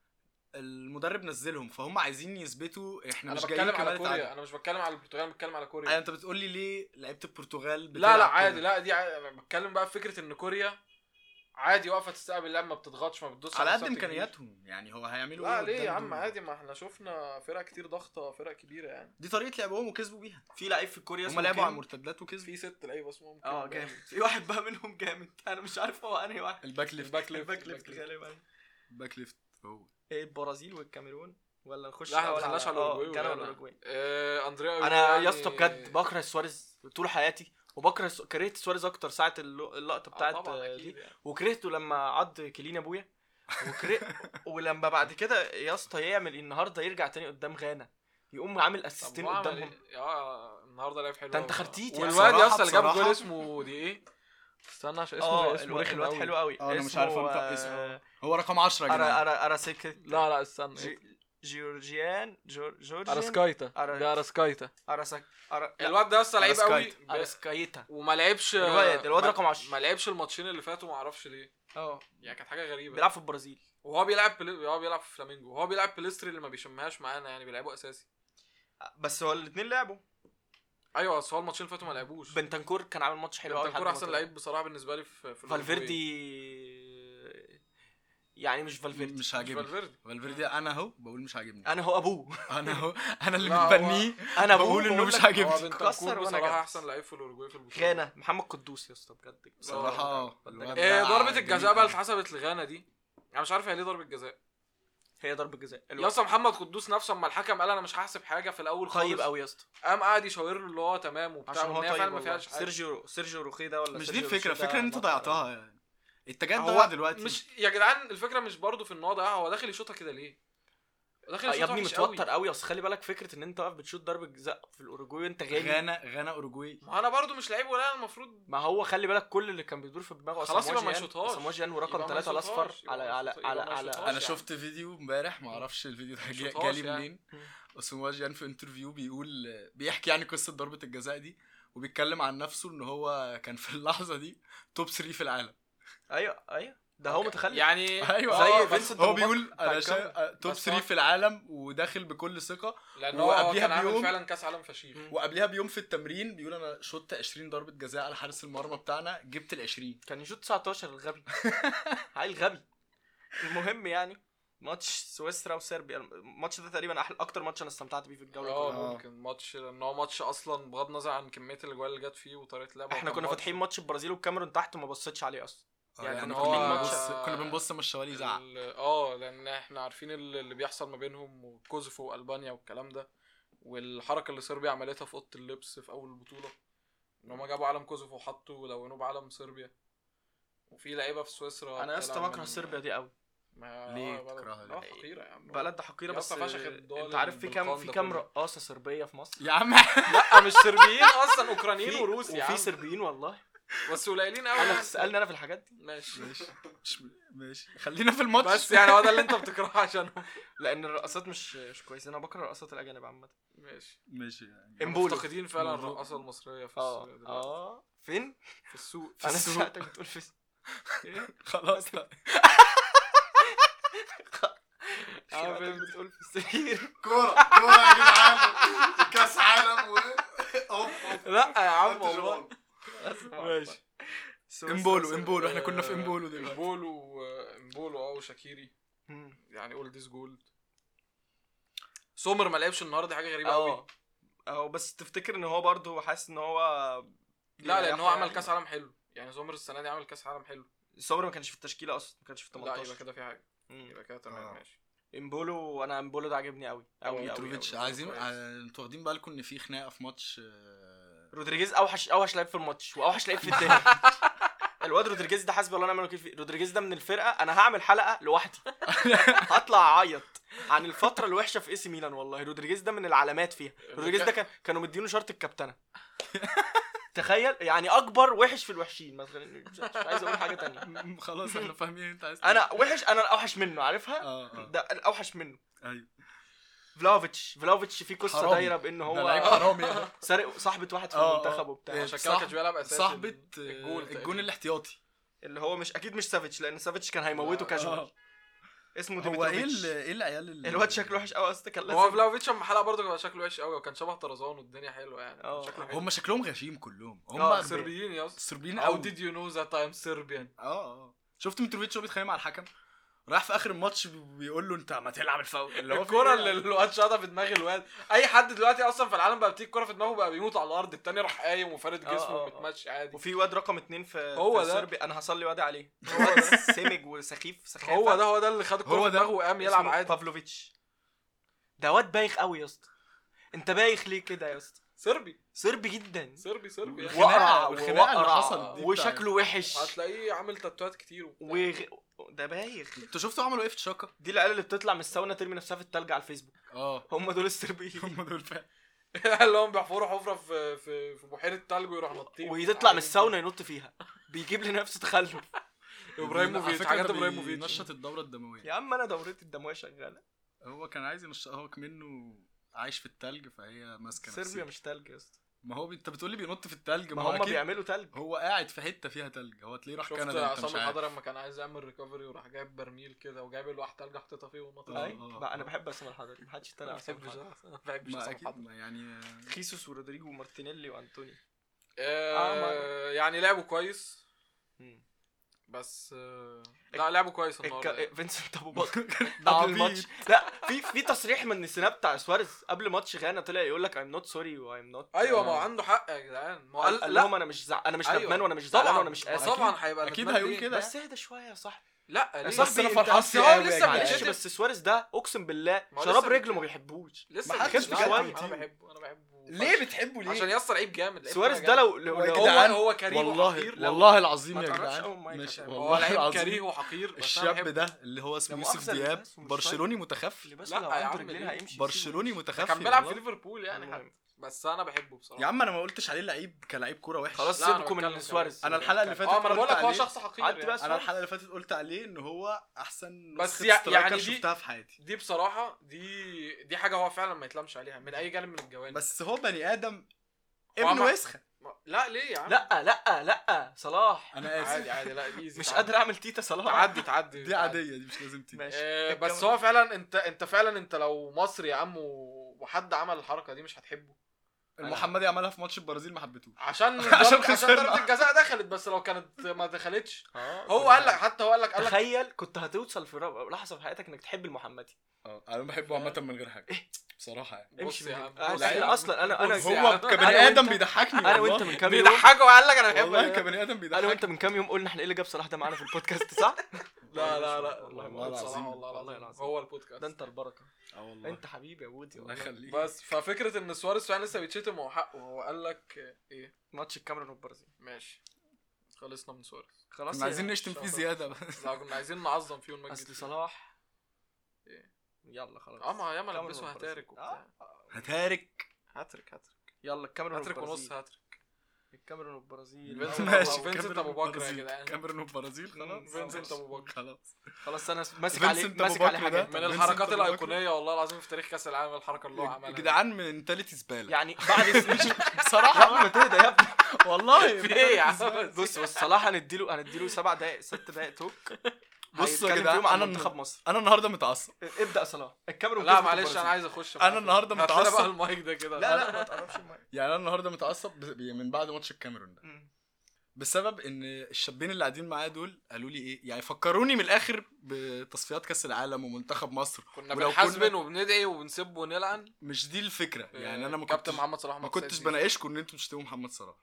المدرب نزلهم فهم عايزين يثبتوا احنا انا مش جايين بتكلم على كمان كوريا. نتعادل. انا مش بتكلم على البرتغال. أنا بتكلم على كوريا. ايوه انت بتقول لي ليه لعيبه البرتغال لا لا بتلعب عادي. كده؟ لا دي ع- انا بتكلم بقى في فكره ان كوريا عادي واقفه تستقبل اللعب، ما بتضغطش، ما بتدوسش على قد نفسها، ما بتجريش. امكانياتهم يعني، هو هيعملوا لا ايه ليه يا قدام عم دول؟ عادي، ما احنا شفنا فرق كتير ضغطه، فرق كبيره يعني. دي طريقه لعبهم وكسبوا بيها. في لعيب في كوريا هم اسمه لعبوا على كيم. المرتدات وكسبوا. في ست لعيبه اسمهم اه كده. جامد. في واحد بقى منهم جامد، انا مش عارف هو انهي واحد. الباك ليفت. الباك ليفت. الباك ليفت الباك ليفت. غالبا. الباك ليفت هو ايه البرازيل والكاميرون ولا نخش لا احنا ما الأول دخلناش على اه الاوروجواي كان ولا- الاوروجواي. آه اندريا انا يعني- يا اسطى بجد بكره سواريز طول حياتي، وبكره سو... كرهت سواريز اكتر ساعه اللو- اللقطه آه بتاعت طبعاً آه، أكيد دي، يعني. وكرهته لما عض كلين ابويا وكره ولما بعد كده يا اسطى يعمل النهارده يرجع تاني قدام غانا يقوم عامل طب اسيستين هو عمل قدامهم. إيه؟ اه النهارده لعب حلو ده انت أوي. خرتيت يا والواد يا اسطى اللي جاب بصراحة- جول اسمه دي ايه، استنى عشان اسمه اه اسمه الواد رخم الواد قوي. حلو قوي. اه انا مش عارف انطق آه، اسمه. هو رقم عشرة يا ارا جدعان. ارا ارا سكت لا لا استنى جي- جيورجيان جور جورجيان اراسكايتا أرا- ده اراسكايتا. اراسك أرا... لا، الواد ده يا اسطى لعيب قوي أراسكايتا. ب- اراسكايتا. وما لعبش الواد- الواد ما- رقم عشرة. ما لعبش الماتشين اللي فاتوا، ما اعرفش ليه اه يعني، كانت حاجه غريبه. بيلعب في البرازيل. وهو بيلعب بل... هو بيلعب في فلامينجو، وهو بيلعب بليستري اللي ما بيشمهاش معانا يعني، بيلعبوا اساسي. بس هو الاثنين لعبوا. ايوه بس هو الماتشين اللي فاتوا ما لعبوش. بنتنكور كان عامل ماتش حلو قوي. بنتنكور احسن لعيب بصراحه بالنسبه لي في في فالفيردي يعني مش فالفيردي. مش مش عاجبني فالفيردي. فالفيردي. انا اهو بقول مش عاجبني. انا هو ابوه. انا اهو انا اللي لا، هو- بتبنيه. انا ابوه بقول انه مش لك هو عاجبني. بنتنكور كسر وأنا بصراحه جبت. احسن لعيب في الاوروجواي في البطوله. غانا محمد قدوس يا اسطى بجد. بصراحه اه الواد ايه ده ضربه جميل الجزاء بقى أوي. اللي اتحسبت لغانا دي، انا مش عارف هي ليه ضربه جزاء. هي ضربه جزاء. يا اسطى محمد قدوس نفسه اما الحكم قال انا مش هحسب حاجه في الاول خالص، طيب قوي يا اسطى قام قاعد يشاور له اللي هو تمام وبتاع، عشان هو وإن هي طيب فعلا ما والله. فيهاش حاجه. سيرجيو سيرجيو روخي ده ولا مش دي سيرجيو الفكره. روخي ده الفكره ان انت مط- ضيعتها يعني. انت جاي هو تضيع دلوقتي. مش يا جدعان الفكره مش برضو في ان هو ضيعها، هو داخل يشوطها كده ليه؟ داخل آه، يا يشوطها ابني وحش متوتر قوي. قوي. اصل خلي بالك فكره ان انت واقف بتشوط ضربه جزاء في الاوروجواي وانت غالي. غانا غانا اوروجواي. ما انا برضو مش لعيب ولا أنا المفروض. ما هو خلي بالك كل اللي كان بيدور في دماغه خلاص يبقى ما أسامواجيان- يشوطهاش. أسامواجيان ورقم يبقى ما ثلاثة الاصفر يشوطهاش. يبقى على ما على يشوط- على يبقى ما على يشوطهاش. انا يعني. شفت فيديو امبارح ما اعرفش الفيديو ده جا- شوطهاش جالي يعني. منين. اسامواجيان في انترفيو بيقول بيحكي يعني قصه ضربه الجزاء دي، وبيتكلم عن نفسه ان هو كان في اللحظه دي توب ثلاثة في العالم. ايوه ايوه ده هو متخلف. يعني ايوه زي آه، فينسنت هو أبو بكر بيقول بتاع انا الكاميرا. شا... توب بس ثلاثة هو- في العالم وداخل بكل ثقه. لان هو آه وقبليها كان عامل بيوم- فعلا كاس عالم فشيخ. وقبلها بيوم في التمرين بيقول انا شوت عشرين ضربه جزاء على حارس المرمى بتاعنا، جبت ال عشرين. كان يشوط تسعتاشر الغبي. عيل غبي. المهم يعني ماتش سويسرا وصربيا، الماتش ده تقريبا احلى اكتر ماتش انا استمتعت بيه في الجوله اه كلها. ممكن ماتش، لان هو ماتش اصلا بغض النظر عن كميه الاجوال اللي جت فيه وطريقه لعبه. احنا وكان كنا ماتش- فاتحين ماتش البرازيل والكاميرون تحت وما بصيتش عليه اصلا. يعني يعني كنا كنا فاتحين بنبص ماتش- كنا بنبص مش شوالي زعق. ال- اه لان احنا عارفين ال- اللي بيحصل ما بينهم وكوزوفو والبانيا والكلام ده، والحركه اللي صربيا عملتها في اوضه اللبس في اول البطوله، ان هم جابوا علم كوزوفو وحطوا ولونوه بعلم صربيا. وفي لعيبه في سويسرا انا يا اسطى بتلعب بكره من- صربيا دي قوي. ما ليه آه، بلد- بتكرهها لا، ليه؟ حقيره يا عم. بلد حقيره يا بس اسطى فشخ الدول انت عارف في كام البلقان في ده كام كله. رقاصه صربيه في مصر؟ يا عم لا مش صربيين اصلا، اوكرانيين في- وروس يا عم، وفي صربيين والله. بس قليلين قوي. انا سالني انا في الحاجات دي ماشي ماشي مش ماشي خلينا في الماتش. بس يعني هو ده اللي انت بتكرهه عشانهم. لان الرقصات مش مش كويسه. انا بكره الرقصات الاجانب عامه. ماشي. ماشي يعني امبولو. مفتقدين فعلا موضوع- الرقاصه المصريه في اه السوق دلوقتي. اه فين في السوق في انا السوق. سمعتك بتقول في خلاص لا. اه فين بتقول في السرير. كورة كورة يا جدعان، كاس عالم و اوف لا يا عم أنت والله. جبان. ماشي. امبولو امبولو احنا كنا في امبولو دلوقتي. امبولو امبولو اه وشاكيري مم. يعني اول ديس جولد. سومر ما لعبش النهارده، حاجه غريبه قوي. اه اه بس تفتكر ان هو برضه حاسس ان هو لا لان هو يعني- عمل كاس عالم حلو يعني، سومر السنه دي عمل كاس عالم حلو. صبري ما كانش في التشكيله اصلا، ما كانش في لا يبقى تمنتاشر. كده في حاجه، مم. يبقى كده تمام آه. ماشي. امبولو انا امبولو ده عاجبني قوي قوي قوي متروفيتش أوي. عايزين كويس. آه، انتوا واخدين بالكم ان في خناقه في ماتش آه، رودريجيز اوحش اوحش لعيب في الماتش واوحش لعيب في الدنيا. الواد رودريجيز ده حسبي الله ونعم الوكيل فيه. رودريجيز ده من الفرقه انا هعمل حلقه لوحدي. هطلع اعيط عن الفتره الوحشه في اي سي ميلان. والله رودريجيز ده من العلامات فيها. رودريجيز ده كان كانوا مدينه شرط الكابتنه. تخيل يعني اكبر وحش في الوحشين مثلا. مش مش عايز اقول حاجه تانية. م- خلاص احنا فاهمين انت عايز انا وحش، انا الاوحش منه عارفها. اه اه ده الاوحش منه. ايوه فلافيتش فلافيتش في قصه حرامي. دايره بان ده لعيب هو حرامي ده. سارق صاحبه واحد في آه، آه. المنتخب وبتاع. إيه، عشان كده ما كانش صاحب- بيلعب اساسي. صاحبة الجول آه، الجون الاحتياطي. اللي هو مش اكيد مش سافيتش لان سافيتش كان هيموته لا، كاجوال. آه. اسمه هو ايه ديمتروفيتش. ال- ايه العيال اللي الواد شكله وحش قوي اصلا. كان هو لازم فلافيتش اما حلقه برضه كان شكله وحش قوي، وكان شبه طرزان والدنيا حلوه يعني. آه. شكله حلو. هم شكلهم غشيم كلهم. هم آه، ب- صربيين يا اسطى. صربيين او قوي. ديد يو نو ذات اي ام سيربيان. اه اه شفت متروفيتش وهو بيتخانق مع الحكم راح في اخر الماتش بيقول له انت ما تلعب الفاول اللي هو الكرة اللي الواد شاطها في دماغ الواد. اي حد دلوقتي اصلا في العالم بقى بتيجي الكرة في دماغه بقى بيموت على الارض، التاني راح قايم وفارد آه، جسمه آه، وبتمشي عادي. وفي واد رقم اتنين في هو في ده. صربيا انا هصلي وادي عليه، هو ده سمج وسخيف سخافه. هو ده هو ده اللي خد الكرة هو في ده. دماغه وقام يلعب اسمه عادي. بافلوفيتش. ده واد بايخ قوي يا اسطى. انت بايخ ليه كده يا اسطى؟ صربي صربي جدا، صربي صربي يعني. والخناقة- وقرع والخناقة اللي وقرع حصلت دي وشكله وحش هتلاقيه عامل تاتوات كتير وبتاع. وغ... ده بايخ. انتوا شفتوا عملوا ايه في تشاكا؟ دي العيال اللي بتطلع من الساونا ترمي نفسها في التلج على الفيسبوك، اه هم دول السربيين. هم دول فعلا. اللي هم بيحفروا حفرة في في في بحيرة تلج ويروح نطين ويطلع من الساونا ينط فيها، بيجيب لنفسه تخلف. ابراهيموفيتش، حاجات ابراهيموفيتش. نشط الدورة الدموية. يا عم انا دورتي الدمويه شغاله. هو كان عايز ينشط، هو كمنه عايش في التلج فهي ماسكه صربيا نفسها. مش تلج يا اسطى، ما هو انت بتقول لي بينط في التلج، ما هو هم أكيد بيعملوا تلج. هو قاعد في حته فيها تلج، هو تلاقيه راح شفت كندا انت مش عصام عارف. الحضري لما كان عايز يعمل ريكفري وراح جايب برميل كده وجايب الواحد تلج حطيتها فيه ونط. آه، اي آه، بقى انا آه. بحب اسمع الحضري، محدش ما يتريق على عصام بحبش الحضري. ما بحبش ما عصام اكيد الحضري. ما يعني خيسوس ورودريجو ومارتينيلي وانتوني. آه يعني لعبوا كويس مم. بس آه لا لعبوا كويس النهارده. الك... فينسنت ابو بكر ده قبل عبيط. الماتش، لا في في تصريح من السناب بتاع سواريز قبل ماتش غانا طلع يقول لك I'm not sorry و I'm not ايوه ما هو عنده حق يا جدعان. ما هو قال قال لهم لا انا مش زع... انا مش أيوة. ندمان وانا مش زعلان طبعا وانا مش ما اسف. طبعا هيبقى أكيد ندمان هيقول ليه؟ كده. بس اهدى شويه يا صاحبي. لا يا ليه؟ صاحبي بس أنا انت- فرحان بس فيه هو قوي يا لسه جدعان. معلش بيتشتم. بس سواريز ده اقسم بالله ما هو شراب لسه رجله بيتشتم. ما بيحبوش. لسه ما حدش بيتشتم. بيتكلم انا كتير. بحبه انا بحبه ليه بتحبه ليه؟ عشان يسطا لعيب جامد. لعيب سواريز كورة ده جامد. لو لو هو يا لو- هو جدعان، هو كريم والله وحقير. لو- والله العظيم ما يا تقربش جدعان أول مايك ماشي عشان- هو والله لعيب العظيم كريه وحقير بس أنا الشاب بحبه. ده اللي هو اسمه لا يوسف مؤاخذة دياب للناس ومش برشلوني متخفي. بس لا لو يا عنده عم رجلين ليه؟ هيمشي برشلوني ده متخفي كان بيلعب في والله. ليفربول يعني المهم. حتى بس انا بحبه بصراحه. يا عم انا ما قلتش عليه لعيب كلاعب كوره وحش. خلاص لا، أنا سيبكم بتكلم من سواريز. انا الحلقه اللي فاتت اه ما انا بقول قلت لك هو عليه- شخص حقير عدي يعني. بس. انا الحلقه اللي فاتت قلت عليه ان هو احسن بس نسخة يع- سترايكر يعني دي- شفتها في حياتي. دي بصراحه دي دي حاجه هو فعلا ما يتلامش عليها من اي جانب من الجوانب. بس هو بني ادم هو ابن ما- وسخه. ما- لا ليه يا عم؟ لا لا لا صلاح انا اسف عادي عادي لا ايزي مش قادر اعمل تيتا صلاح. تعدي تعدي دي تعدي. عاديه دي مش لازم تيجي. ماشي. آه، بس الكاميرا. هو فعلا انت انت فعلا انت لو مصري يا عم و- وحد عمل الحركه دي مش هتحبه المحمدي عملها في ماتش البرازيل ما حبيتوش. عشان عشان عشان خسرنا. ضربه الجزاء دخلت. بس لو كانت ما دخلتش آه، هو كنا- قال لك حتى هو قال لك قال لك تخيل كنت هتوصل في ر- لحظه في حياتك انك تحب المحمدي. اه انا بحبه عامه من غير حاجه بصراحه يعني. بص امشي يا من عم هنا. بص آه، يا لا، عم. اصلا انا انا بص يا هو عم. كبني أنا ادم وأنت- بيضحكني انا والله. وانت من كام يوم بيضحكوا وقال لك انا والله بحبه. كبني ادم انا بيضحكني. وانت من كام يوم قلنا احنا ايه اللي جاب صلاح ده معانا في البودكاست صح؟ لا لا لا والله والله بصراحة العظيم. والله والله العظيم العظيم. هو البودكاست ده انت البركه. اه والله انت حبيبي يا وودي الله والله. يخليك. بس ففكره ان سواريز فعلا لسه بيتشتم وهو حقه. هو قال لك ايه ماتش الكاميرون والبرازيل ماشي خلصنا من سواريز. خلاص. كنا عايزين يا- نشتم فيه شاطر. زياده بس. لا كنا عايزين نعظم فيه ونمجد اصل فيه. صلاح إيه؟ يلا خلاص. اه ما ياما الكاميرون لبسوا والبرازيل. هتارك وبتاع. آه. هتارك. هاتريك هاتريك يلا الكاميرون هاتريك ونص والبرازيل. هاتريك. الكاميرون والبرازيل. فينسنت آه، ماشي. آه، فينسنت كاميرون أبو بكر يا والبرازيل. جدعان. كاميرون والبرازيل خلاص. فينسنت أبو بكر. خلاص. خلاص انا ماسك عليه فينسنت أبو ماسك عليه بكر حاجات. ده. من فينسنت الحركات أبو بكر. الايقونيه والله العظيم في تاريخ كاس العالم الحركه اللي هو عملها يا دي. جدعان منتاليتي زباله. يعني بعد سنين بصراحه يا ابني ما تهدى يا ابني. والله في ايه يا عم؟ بص بص صلاح هنديله هنديله سبع دقايق ست دقايق توك. بصوا يا هيتكلم جدعان، فيهم عن أنا منتخب مصر. انا النهارده متعصب. ابدا يا صلاح. الكاميرون لا كسبت معلش البرازيل. انا عايز اخش أنا النهاردة هات لنا بقى متعصب. المايك ده كده. لا لا ما تقربش المايك. يعني انا النهارده متعصب بس- من بعد ماتش الكاميرون ده مم. بسبب ان الشابين اللي قاعدين معايا دول قالوا لي ايه يعني فكروني من الاخر بتصفيات كاس العالم ومنتخب مصر. كنا ولو بنحاسبن كنا- وبندعي وبنسب ونلعن. مش دي الفكره يعني انا ما كابتن كنتش محمد صلاح ما كنتش بناقشكم ان انتوا تشتموا محمد صلاح.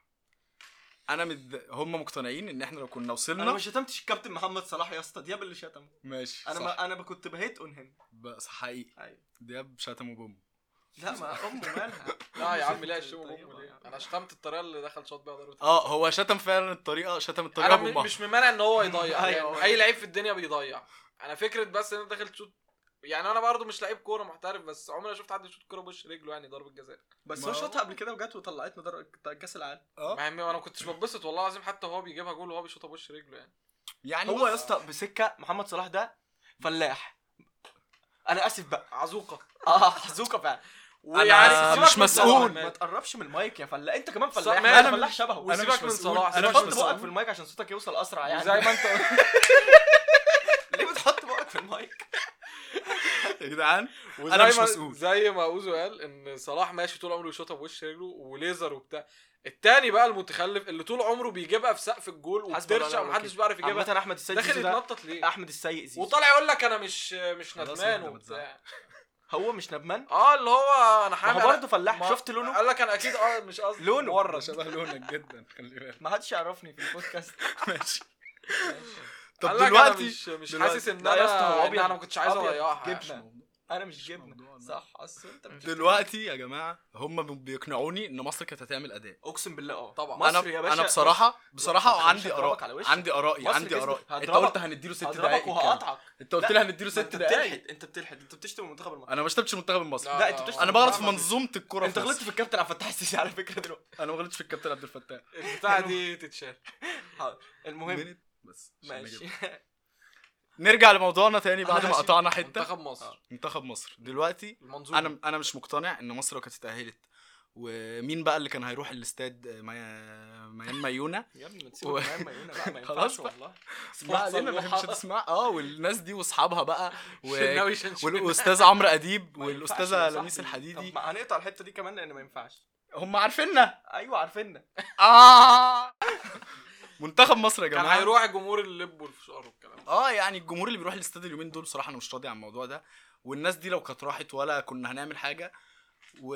انا مد... هم مقتنعين ان احنا لو كنا انا وصلنا ما شتمتش الكابتن محمد صلاح يا اسطى. دياب اللي شتمه. ماشي انا صح. ما انا كنت بهيت اون هيم. بس حقيقي ايوه. دياب شتمه بامه. لا ما امه مالها. لا يا عم ليه طيبة اشتمه يا بامه ليه؟ عم. انا شتمت الطريقه اللي دخل شوط بيها ضربه. اه هو شتم فعلا الطريقه شتم الطريقه انا م- بامها. مش ممانع ان هو يضيع. أيوة. يعني اي لعيب في الدنيا بيضيع. انا فكره بس ان انت داخل تشوط. يعني انا برضو مش لعيب كوره محترف بس عمري ما شفت حد يشوط كوره بوش رجله يعني ضربه جزاء. بس ما هو هو- شاطها قبل كده وجات وطلعتنا در... كاس العالم. اه ما هي- انا ما كنتش بتبسط والله العظيم حتى هو بيجيبها جول وهو بيشوطها بوش رجله يعني. يعني هو يا بص- اسطى بسكه محمد صلاح ده فلاح. انا اسف بقى. عزوقه. اه حزوكه فعلا. ويعني أنا سيبك مش من مسؤول. صلاح، ما ما- تقربش من المايك يا فلاح. انت كمان صح، فلاح. ماشي. انا فلاح شبهه. أنا وسيبك مش من مسؤول. صلاح. أنا سيبك مش حط من مسؤول. بقك صلاح. في المايك عشان صوتك يوصل اسرع يعني. زي ما انت ليه بتحط بقك في المايك؟ يا جدعان وزي مش ما مسؤول. زي ما اوزو قال ان صلاح ماشي طول عمره يشوطها بوش رجله وليزر وبتاع. التاني بقى المتخلف اللي طول عمره بيجيبها في سقف الجول حسب الله وبترشق ونعم ومحدش بيعرف يجيبها. عامة احمد السيد داخل زيزو ده يتنطط ليه؟ احمد السيء زيزو وطالع يقول لك انا مش مش خلاص ندمان احنا وبتاع. هو مش ندمان. اه اللي هو انا ما حامل هو برضه فلاح. شفت لونه؟ قال لك انا اكيد اه مش قصدي لونه. مورد. شبه لونك جدا خلي بالك. ما حدش يعرفني في البودكاست. ماشي. طب قال لك دلوقتي انا مش مش دلوقتي- حاسس ان لا يا اسطى، هو انا أبيض. إن انا ما كنتش عايز أبيض اضيعها جبنة. يعني. انا مش موضوع جبنه ده. صح. اصل انت مش دلوقتي يا جماعه هم بيقنعوني ان مصر كانت هتعمل اداء. اقسم بالله اه طبعا. مصر انا يا باشا. انا بصراحه بصراحه مش عندي هضربك على اراء وشك. عندي ارائي مصر عندي كسبت. اراء انت هضربك- قلت هنديله ست هضربك دقايق وهقطعك. انت قلت لا، لي هنديله ما ست انت دقايق. بتلحد. انت بتلحد. انت بتشتم المنتخب المصري. انا ما شتمتش المنتخب المصري. لا، لا انت بتشتم انا بغلط في المنتخب المصري. منظومه الكوره. انت في غلطت مصر. في الكابتن عبد الفتاح السيسي على فكره دلوقتي. انا ما غلطتش في الكابتن عبد الفتاح. البتاعه دي تتشال. حاضر. المهم منت بس عشان ماشي. نجيب. نرجع لموضوعنا تاني بعد ما ماشي. قطعنا حته. منتخب مصر منتخب مصر دلوقتي المنظومه. انا انا مش مقتنع ان مصر لو كانت اتاهلت ومين بقى اللي كان هيروح الاستاد ميا- ميان مايونا. يا ابني ما تسيبك و- معايا مايونه بقى. ما خلاص ينفعش بقى. والله. اسمع علينا ما مش هتسمع اه والناس دي واصحابها بقى و... شناوي شنشن. والاستاذ عمرو اديب ما ينفعش والاستاذه يا لميس صاحبي. الحديدي. طب ما هنقطع الحته دي كمان لان ما ينفعش. هم عارفيننا. ايوه عارفيننا. اه منتخب مصر يا كان جماعه. هيروح الجمهور اللب والفشار والكلام ده. اه يعني الجمهور اللي بيروح الاستاد اليومين دول بصراحه انا مش راضي عن الموضوع ده. والناس دي لو كانت راحت ولا كنا هنعمل حاجه. و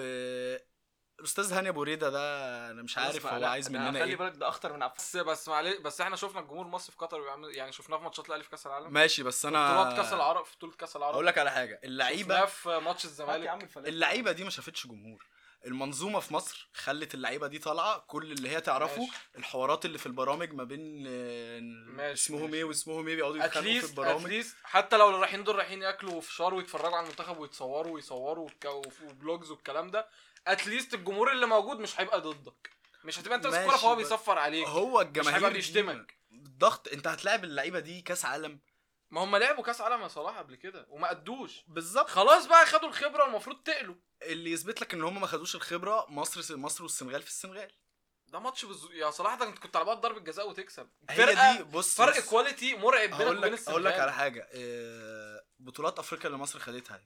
الاستاذ هاني ابو ريده ده انا مش عارف هو عايز مننا خلي ايه. بالك ده اخطر من عفان. بس بس معلش بس احنا شفنا الجمهور المصري في قطر بيعمل يعني شفناه في ماتشات الاهلي في كاس العالم. ماشي بس انا بطولات كاس العرب في بطوله كاس العرب. اقول لك على حاجه. شفناه اللعيبه في ماتش هات يا الزمالك. عم الفلاتة. اللعيبه دي ما شافتش جمهور. المنظومه في مصر خلت اللعيبه دي طالعه كل اللي هي تعرفه ماشي. الحوارات اللي في البرامج ما بين آه، ماشي، اسمهم ماشي. ايه واسمهم ايه بيقعدوا يتخانقوا في اتليست البرامج. اتليست حتى لو الرايحين دول رايحين ياكلوا فشار ويتفرجوا على المنتخب ويتصوروا ويصوروا وك- وبلوجز والكلام ده. اتليست الجمهور اللي موجود مش هيبقى ضدك. مش هتبقى انت ماشي، الكوره فهو بس- بيصفر عليك. هو مش الجماهير هيبقى دي بيشتمك. ضغط. انت هتلاعب اللعيبه دي كاس عالم. ما هم لعبوا كاس عالم يا صلاح قبل كده وما ادوش. بالظبط. خلاص بقى خدوا الخبره المفروض تقلوا. اللي يثبت لك ان هم ما خدوش الخبره مصر مصر والسنغال في السنغال. ده ماتش بز... يا صلاح ده انت كنت على بعض ضربه جزاء وتكسب. هي فرقه دي بص فرق بص. كواليتي مرعب بينك هقول وبين لك السنغال. اقول لك على حاجه. آه، بطولات افريقيا اللي مصر خدتها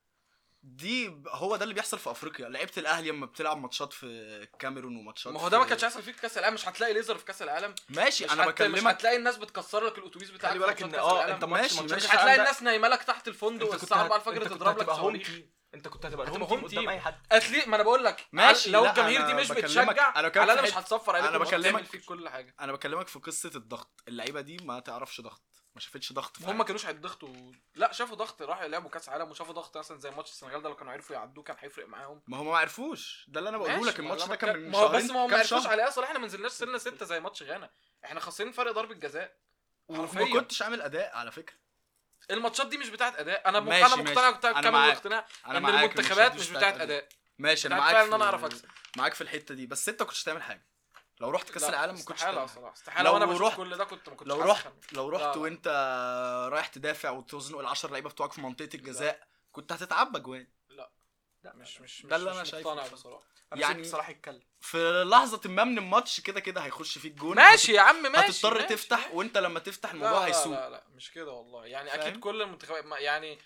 دي ب- هو ده اللي بيحصل في افريقيا. لعيبه الاهلي لما بتلعب ماتشات في الكاميرون وماتشات ما هو ده ما في- كانش هيحصل فيك في كاس العالم. مش هتلاقي ليزر في كاس العالم. ماشي مش انا هت- مش بكلمك. هتلاقي الناس بتكسر لك الاتوبيس بتاعك خلي في بالك ماتشات ان كأس اه العالم. انت ماشي، ماتش ماشي. ماتشات مش كأس هتلاقي العالم ده- الناس نايمه لك تحت الفندق انت كنت الساعه أربعة هت- الفجر انت كنت تضرب لك هتبقى هوم صواريخ. تيم. انت كنت هتبقى هتبقى الهوم هوم تيم قدام تيم. اي حد. اتليست ما انا بقول لك ماشي، لو لا، الجماهير أنا دي مش بكلمك- بتشجع أنا بكلمك على انا في مش حتة- هتصفر عليك أنا ومش هتعمل بكلمك- فيك كل حاجه. انا بكلمك في قصه الضغط. اللعيبه دي ما تعرفش ضغط. ما شافتش ضغط. في هم ما حياتها. كانوش هيتضغطوا. لا شافوا ضغط راحوا يلعبوا كاس عالم وشافوا ضغط مثلا زي ماتش السنغال ده لو كانوا عرفوا يعدوه كان هيفرق معاهم. ما هم ما عرفوش. ده اللي انا بقوله ماشي، لك. ما الماتش أنا ده كان بتكلم- من ما هو بس شهرين ما هو ما كام عرفوش شهر. عليه اصلا. احنا ما نزلناش سنه ستة زي ماتش غانا. احنا خاسرين فرق ضربه جزاء. وما حرفيا. كنتش عامل اداء على فكره. الماتشات دي مش بتاعت اداء. انا م... ماشي، انا مقتنع ماشي. بتاع أنا كامل معاك. الاقتناع انا ان معاك. المنتخبات دي مش بتاعت اداء. ماشي انا بتاعت معاك فعلا ان انا في- اعرف اكسب. معاك في الحته دي. بس انت كنتش تعمل حاجه. لو رحت كاس لا، العالم ما كنتش استحاله تعمل صراحه حاجه. استحاله. لو وانا بشوف رحت- كل ده كنت ما كنتش لو عايز رحت أخمن. لو لا، رحت لا. وانت رايح تدافع وتزنق العشر لعيبه بتوعك في منطقه الجزاء كنت هتتعبى جوان. لا مش مش ده اللي مش أنا شايفه مقتنع بصراحة. بصراحه. انا يعني- يعني صلاح يتكلم. في لحظه ما من الماتش كده كده هيخش فيك جون. ماشي يا عم ماشي. هتضطر ماشي، تفتح ماشي. وانت لما تفتح لا الموضوع لا هيسوق. لا لا مش كده والله. يعني فاهم؟ اكيد كل المنتخبات ما- يعني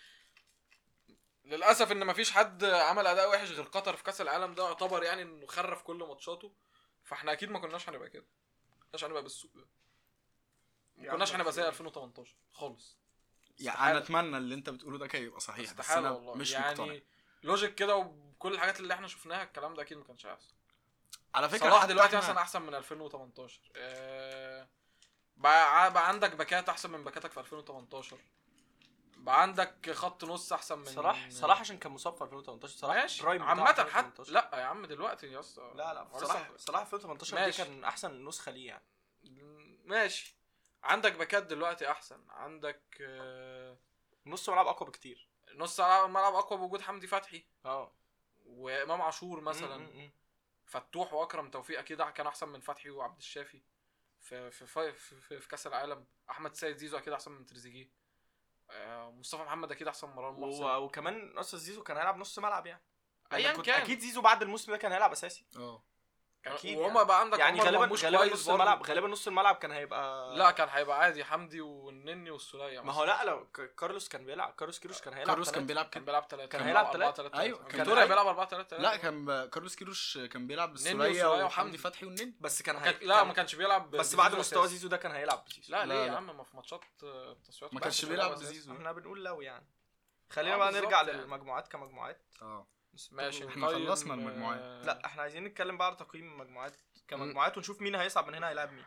للاسف ان مفيش حد عمل اداء وحش غير قطر في كاس العالم ده. يعتبر يعني انه خرف كل ماتشاته. فاحنا اكيد ما كناش هنبقى كده. ما كناش هنبقى بالسوق ده. ما كناش هنبقى زي ألفين وتمنتاشر خالص. يعني استحالة. انا اتمنى اللي انت بتقوله ده كان يبقى صحيح. بس استحاله انا والله. مش يعني مقتنع. لوجيك كده وبكل الحاجات اللي احنا شفناها الكلام ده اكيد ما كانش هيحصل. على فكره صلاح حتى دلوقتي احنا- مثلا احسن من ألفين وتمنتاشر. آه، بقى بقى عندك باكات احسن من باكاتك في ألفين وتمنتاشر. بقى عندك خط نص احسن من صلاح صلاح عشان كان مصاب في ألفين وتمنتاشر. صلاح ماشي برايم بتاع عامة ألفين حتى وتمنتاشر. لا يا عم دلوقتي يا اسطى. لا لا هو صلاح لسه- صلاح ألفين وتمنتاشر دي ماشي. كان احسن نسخه ليه يعني. ماشي. عندك باكات دلوقتي احسن. عندك آه، نص ملعب اقوى بكتير. نص ملعب اقوى بوجود حمدي فتحي اه وامام عاشور مثلا. م- م- م. فتوح واكرم توفيق اكيد كان احسن من فتحي وعبد الشافي في في في, في, في, في كاس العالم. احمد سيد زيزو اكيد احسن من تريزيجيه. آه، مصطفى محمد اكيد احسن من مروان محسن. و- وكمان اصلا زيزو كان هيلعب نص ملعب يعني. ايا أنا كنت كان. اكيد زيزو بعد الموسم ده كان هيلعب اساسي. اه أكيد وهم يعني. بقى عندك يعني عمر غالبا مرموش غالبا كويس نص برضه. الملعب غالبا نص الملعب كان هيبقى لا كان هيبقى عادي حمدي والنني والسولية. ما هو لا لو ك- كارلوس كان بيلعب كارلوس كيروش كان هيلعب كاروس كان تلاتة. بيلعب كان كده. بيلعب ثلاثة كان هيلعب أربعة تلاتة. ثلاثة. أيوة، كان كان فيتوريا هيلعب- بيلعب أربعة ثلاثة ثلاثة. لا كان ب- كارلوس كيروش كان بيلعب وسولية بالسولية وحمدي وحمدي. فتحي والنني. بس كان كان... هي... لا كان... ما كانش بيلعب بس بزيزو بعد مستوى أساسي. زيزو ده كان هيلعب بزيزو. لا ليه لا، يا لا. عم ما في ماتشات التصفيات ما بس كانش كان بيلعب أساسي. بزيزو. احنا بنقول لو يعني خلينا آه بقى بالظبط نرجع يعني. للمجموعات كمجموعات. اه ماشي احنا نقيم، خلصنا المجموعات. آه، لا احنا عايزين نتكلم بقى على تقييم المجموعات كمجموعات ونشوف مين هيصعد من هنا هيلاعب مين.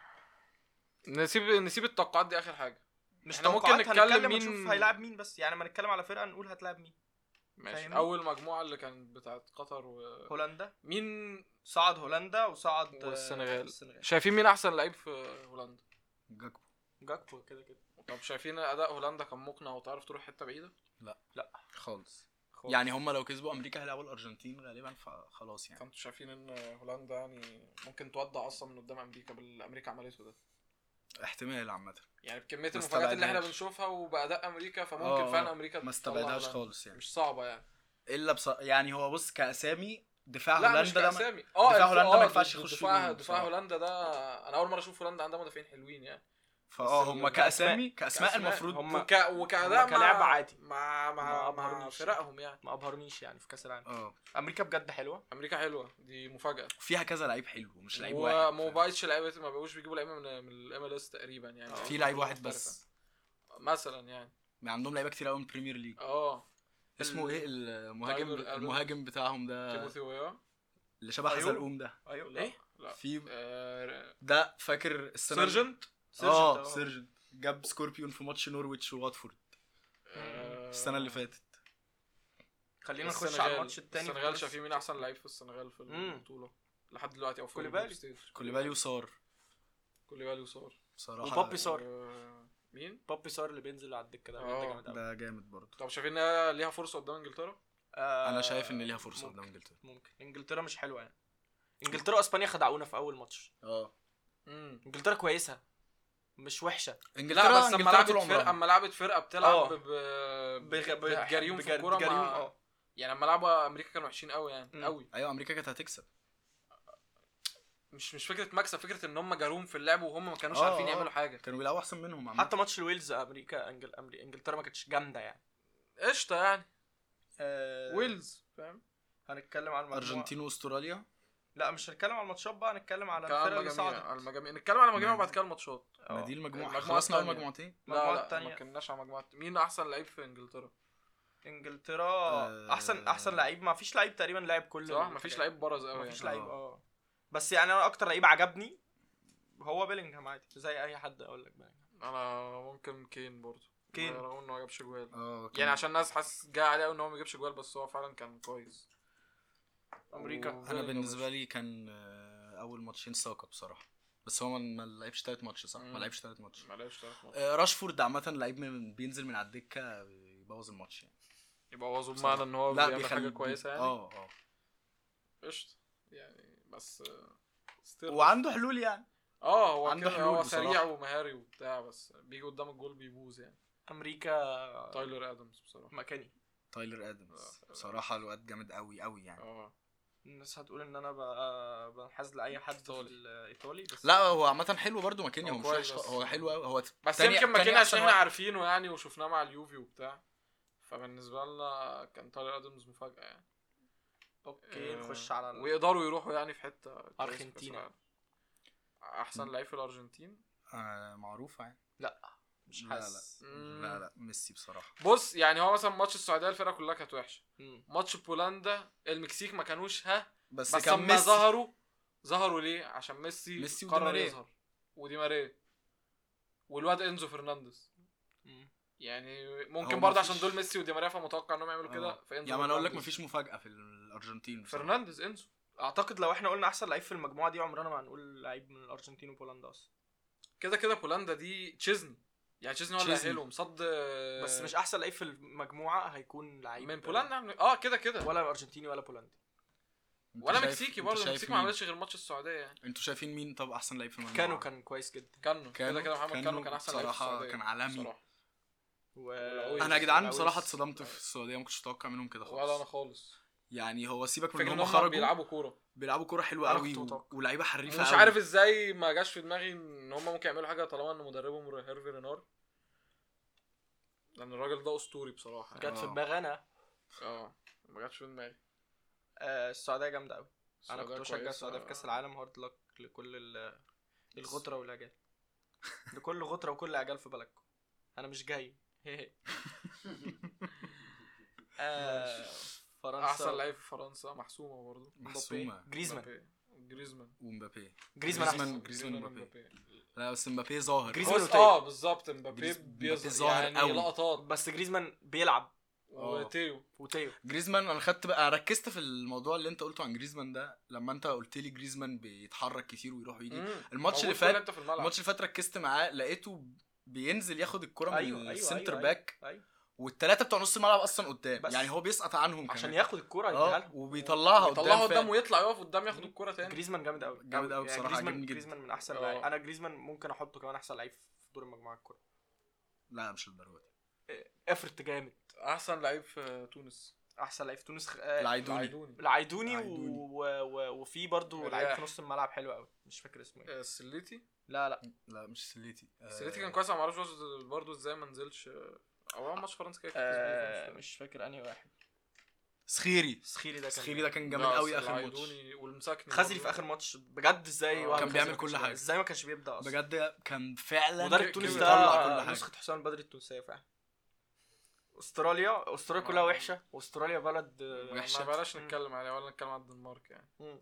نسيب نسيب التوقعات دي اخر حاجه. مش احنا ممكن توقعات، نتكلم هنتكلم مين- ونشوف هيلاعب مين، بس يعني ما نتكلم على فرقه نقول هتلاعب مين. ماشي. فاهمني؟ اول مجموعه اللي كانت بتاعت قطر ومين هولندا صعد هولندا وصعد آه، والسنغال. السنغال. شايفين مين احسن لعيب في هولندا؟ جاكبو. جاكبو كده كده طب شايفين اداء هولندا كان مقنع وتعرف تروح حته بعيده؟ خالص. خالص. يعني هم لو كسبوا امريكا هيلعبوا الارجنتين غالبا فخلاص يعني. فانتوا شايفين ان هولندا يعني ممكن تودع اصلا من قدام امريكا باللي امريكا عملته ده؟ احتمال عامه. يعني بكميه ما المفاجآت اللي احنا استبعدهاش. بنشوفها وباداء امريكا فممكن آه، فعلا امريكا ما تطلع استبعدهاش هولندا. خالص يعني. مش صعبه يعني. الا بص... يعني هو بص كاسامي دفاع لا مش هولندا ده ما- كاسامي. اه دفاع الف- هولندا ما آه، ينفعش د- يخش دفاع فيه دفاع بصراحة. هولندا ده انا اول مره اشوف هولندا عندها مدافعين حلوين يعني. فاه بس هم ال- كاسامي كاسماء كأسماء المفروض هم- وك... وكأداء هم كلاعب مع... عادي. مع ما مع, مع أبهرنيش. فرقهم يعني. ما ابهرنيش يعني في كاس العالم. اه امريكا بجد حلوه. امريكا حلوه دي مفاجاه. فيها كذا لعيب حلو مش لعيب واحد. وما بقتش لعيبه ما بقوش بيجيبوا لعيبه من من الام ال اس تقريبا يعني. آه. في لعيب واحد مختلفة. بس. مثلا يعني. عندهم لعيبه كتير قوي من البريمير ليج. اه اسمه ايه المهاجم تايلر ألبن. المهاجم بتاعهم ده تيموثي ويا اللي شبه أيوه. حزلقوم ده. ايوه لا. ايه لا في آه... ده فاكر السنه سيرجنت. اه سيرجنت جاب سكوربيون في ماتش نورويتش وواتفورد آه... السنه اللي فاتت. خلينا نخش السنغال. على الماتش التاني. السنغال شايفين مين احسن لعيب في السنغال في مم. البطوله لحد دلوقتي او في كوليبالي. الجروب ستيج؟ كوليبالي وصار كوليبالي وصار. بصراحه وبابي صار. آه... مين؟ بابي صار اللي بينزل على الدكه ده آه. ده جامد قوي. ده جامد برضه. طب شايفين انها ليها فرصه قدام انجلترا؟ آه انا شايف ان ليها فرصه ممكن. قدام انجلترا. ممكن انجلترا مش حلوه يعني. انجلترا واسبانيا خدعونا في اول ماتش. اه امم انجلترا كويسه مش وحشه. انجلترا لا بس اما انجلترا لعبت طول فرقه عمرها. اما لعبت فرقه بتلعب آه. ب... بغ... ب... بتجاريهم في بجر- الكوره بجاريهم، مع... اه يعني لما لعبوا امريكا كانوا وحشين قوي يعني مم. قوي. ايوه امريكا كانت هتكسب. مش مش فكره مكسب، فكره ان هم جاروهم في اللعب وهم ما كانوش آه، عارفين آه. يعملوا حاجه. كانوا بيلعبوا احسن منهم عامة. حتى ماتش الويلز امريكا انجل... أمري- انجلترا ما كانتش جامده يعني. قشطه يعني. آه... ويلز فاهم. هنتكلم على المجموعه. ارجنتين واستراليا. لا مش هنتكلم على الماتشات بقى، هنتكلم على كان الفرق اللي المجاميع على صعدت. المجاميع نتكلم على المجاميع ما- وبعد كده الماتشات. آه. ما دي المجموعه المجموعة خلصنا اول التانية. مجموعتين. لا المجموعة لا ما التانية. كناش على مجموعه. مين احسن لعيب في انجلترا؟ انجلترا آه. احسن احسن لعيب. ما فيش لعيب تقريبا لعب كل صح مفيش لعيب برز قوي ما يعني. فيش لعيب آه. اه. بس يعني انا اكتر لعيب عجبني هو بيلينغهام عادي زي اي حد اقول لك بيلينغهام. انا ممكن كين برضو. كين. رغم انه ما جابش جوال اه يعني عشان الناس حاسس جاي عليه قوي ان هو ما جابش جوال بس هو فعلا كان كويس. امريكا. و- انا بالنسبه لي كان آه، اول ماتشين ساكا بصراحه. بس هو ما- ما لعبش تالت ماتش صح؟ مم. ما لعبش تالت ماتش. ما لعبش تلات ماتشات. آه، راشفورد عامه لعيب من بينزل من على الدكه يبوظ الماتش يعني. يبقى هو بمعنى ان هو لا بيعمل بيخلي حاجه كويسه يعني. اه اه قشطه يعني بس آه، still. وعنده حلول يعني. اه هو عنده كده حلول هو سريع بصراحة. ومهاري وبتاع بس بيجي قدام الجول بيبوظ يعني. امريكا تايلر ادمز بصراحه. مكاني. تايلر ادمز آه. بصراحه الواد جامد قوي قوي يعني. اه الناس هتقول ان انا بقى بنحاز لاي حد في إيطالي. الايطالي بس لا هو عامه حلو برده ماكيني. هو هو مش كويس وحش. بس- هو حلو قوي. هو بس تاني- يمكن ما تاني كنا أحسن عشان احنا واحد. عارفينه يعني وشفناه مع اليوفي وبتاع فبالنسبه لنا كان تايلر ادمز مفاجاه يعني. اوكي آه، نخش على ال- ويقدروا يروحوا يعني في حته كويسة في أرجنتينا. كأس العالم. احسن لعيب في الارجنتين. آه معروفه يعني. مش لا حاسس. مم. لا لا ميسي بصراحه. بص يعني هو مثلا ماتش السعوديه الفرقه كلها كانت وحشه. مم. ماتش بولندا المكسيك ما كانوش ها بس, بس كان لما ميسي. ظهروا ظهروا ليه عشان ميسي, ميسي ودي قرر ماريا. يظهر ودي ماريا والواد انزو فرنانديز مم. يعني ممكن هو برضه مفيش- عشان دول ميسي ودي ماريا فمتوقع انهم يعملوا كده آه. فانزو يعني انا اقول لك فرنانديز. مفيش مفاجاه في الارجنتين بصراحة. فرنانديز انزو اعتقد لو احنا قلنا احسن لعيب في المجموعه دي عمرنا ما هنقول لعيب من الارجنتين وبولندا اصلا. كده كده بولندا دي تشيزني يعني تشيزني هو اللي تشيزني. اهلهم صد بس مش احسن لعيب في المجموعه هيكون لعيب من بولندا اه كده كده ولا ارجنتيني ولا بولندي. أنت ولا شايف- مكسيكي أنت برضه شايف المكسيك ما مين؟ عملتش غير ماتش السعوديه يعني. انتوا شايفين مين طب احسن لعيب في المجموعه؟ كانوا كان كويس جدا. كانوا كده كده محمد كانوا كان احسن لعيب في بصراحه السعوديه كان عالمي. بصراحة. و... والعويس. انا يا جدعان والعويس. بصراحه اتصدمت في السعوديه. ما كنتش اتوقع منهم كده خالص. ولا انا خالص. يعني هو سيبك من فكرة ان ان هم هم خرجوا. بيلعبوا كوره بيلعبوا كوره حلوه أنا قوي كنت متوقع. ولاعيبه حريفه مش قوي. عارف ازاي ما جاش في دماغي ان هم ممكن يعملوا حاجه طالما ان مدربهم هيرفي رينار، لان الراجل ده اسطوري بصراحه يعني. جت في آه. دماغي انا. اه ما جاتش في دماغي. آه، السعوديه جامده قوي. انا السعودية كنت بشجع كويسة. السعوديه في كاس العالم. هارد لك لكل ال- الغطره والاجيال. لكل غطره وكل اجيال في بالكم. انا مش جاي. آه، فرنسا. احسن لعيب في فرنسا محسومه برضه. محسومه. جريزمان. مبابي. جريزمان ومبابي. جريزمان جريزمان أحسن. جريزمان ومبابي. لا بس مبابي ظاهر. جريزمان بص، وتيو. اه بالظبط مبابي جريز- مبابي بيظهر ظاهر يعني قوي. لقطات. بس جريزمان بيلعب. وتيو وتيو. جريزمان انا خدت بقى ركزت في الموضوع اللي انت قلته عن جريزمان ده لما انت قلت لي جريزمان بيتحرك كتير ويروح ويجي. مم. الماتش اللي موجود فين فات انت في الملعب؟ الماتش اللي فات ركزت معاه لقيته بينزل ياخد الكرة من أيوة، أيوة، السنتر أيوة، باك أيوة. والثلاثه بتوع نص الملعب اصلا قدام، بس. يعني هو بيسقط عنهم عشان كمان. ياخد الكرة يديها اه لهم. وبيطلعها يطلعه قدام قدام فعلا. ويطلع يقف قدام ياخد الكرة تاني. جريزمان جامد قوي. جامد قوي بصراحة، جريزمان عجبني جدا. جريزمان من احسن اه. لعيب. انا جريزمان ممكن احطه كمان احسن لعيب في دور المجموعات الكرة. لا مش للدرجه دي. افرت جامد. احسن لعيب في تونس احسن لعيب في تونس خ... آه، العيدوني. العيدوني. العيدوني العيدوني. و... و... وفي برضو الرياح. لعيب في نص الملعب حلو قوي مش فاكر اسمه ايه. آه، السليتي. لا لا لا مش سليتي. السليتي كان كويس. انا ما اعرفش برضه ازاي ما نزلش اول ماتش فرنسا كده. آه مش فاكر انهي واحد. سخيري. سخيري ده كان سخيري ده كان جامد قوي اخر ماتش. العيدوني والمساكني خزري برضه. في اخر ماتش بجد ازاي آه. واحد كان خزري بيعمل ما كل كانش- حاجة. ازاي ما كانش بيبدا اصلا. بجد كان فعلا مدرب كان تونس بيطلع كل ده حاجه. نسخة حسام البدري التونسية فعلا. استراليا استراليا كلها آه. وحشة. واستراليا بلد آه، وحشة. ما بلاش مم. نتكلم عليه ولا نتكلم على الدنمارك يعني. مم.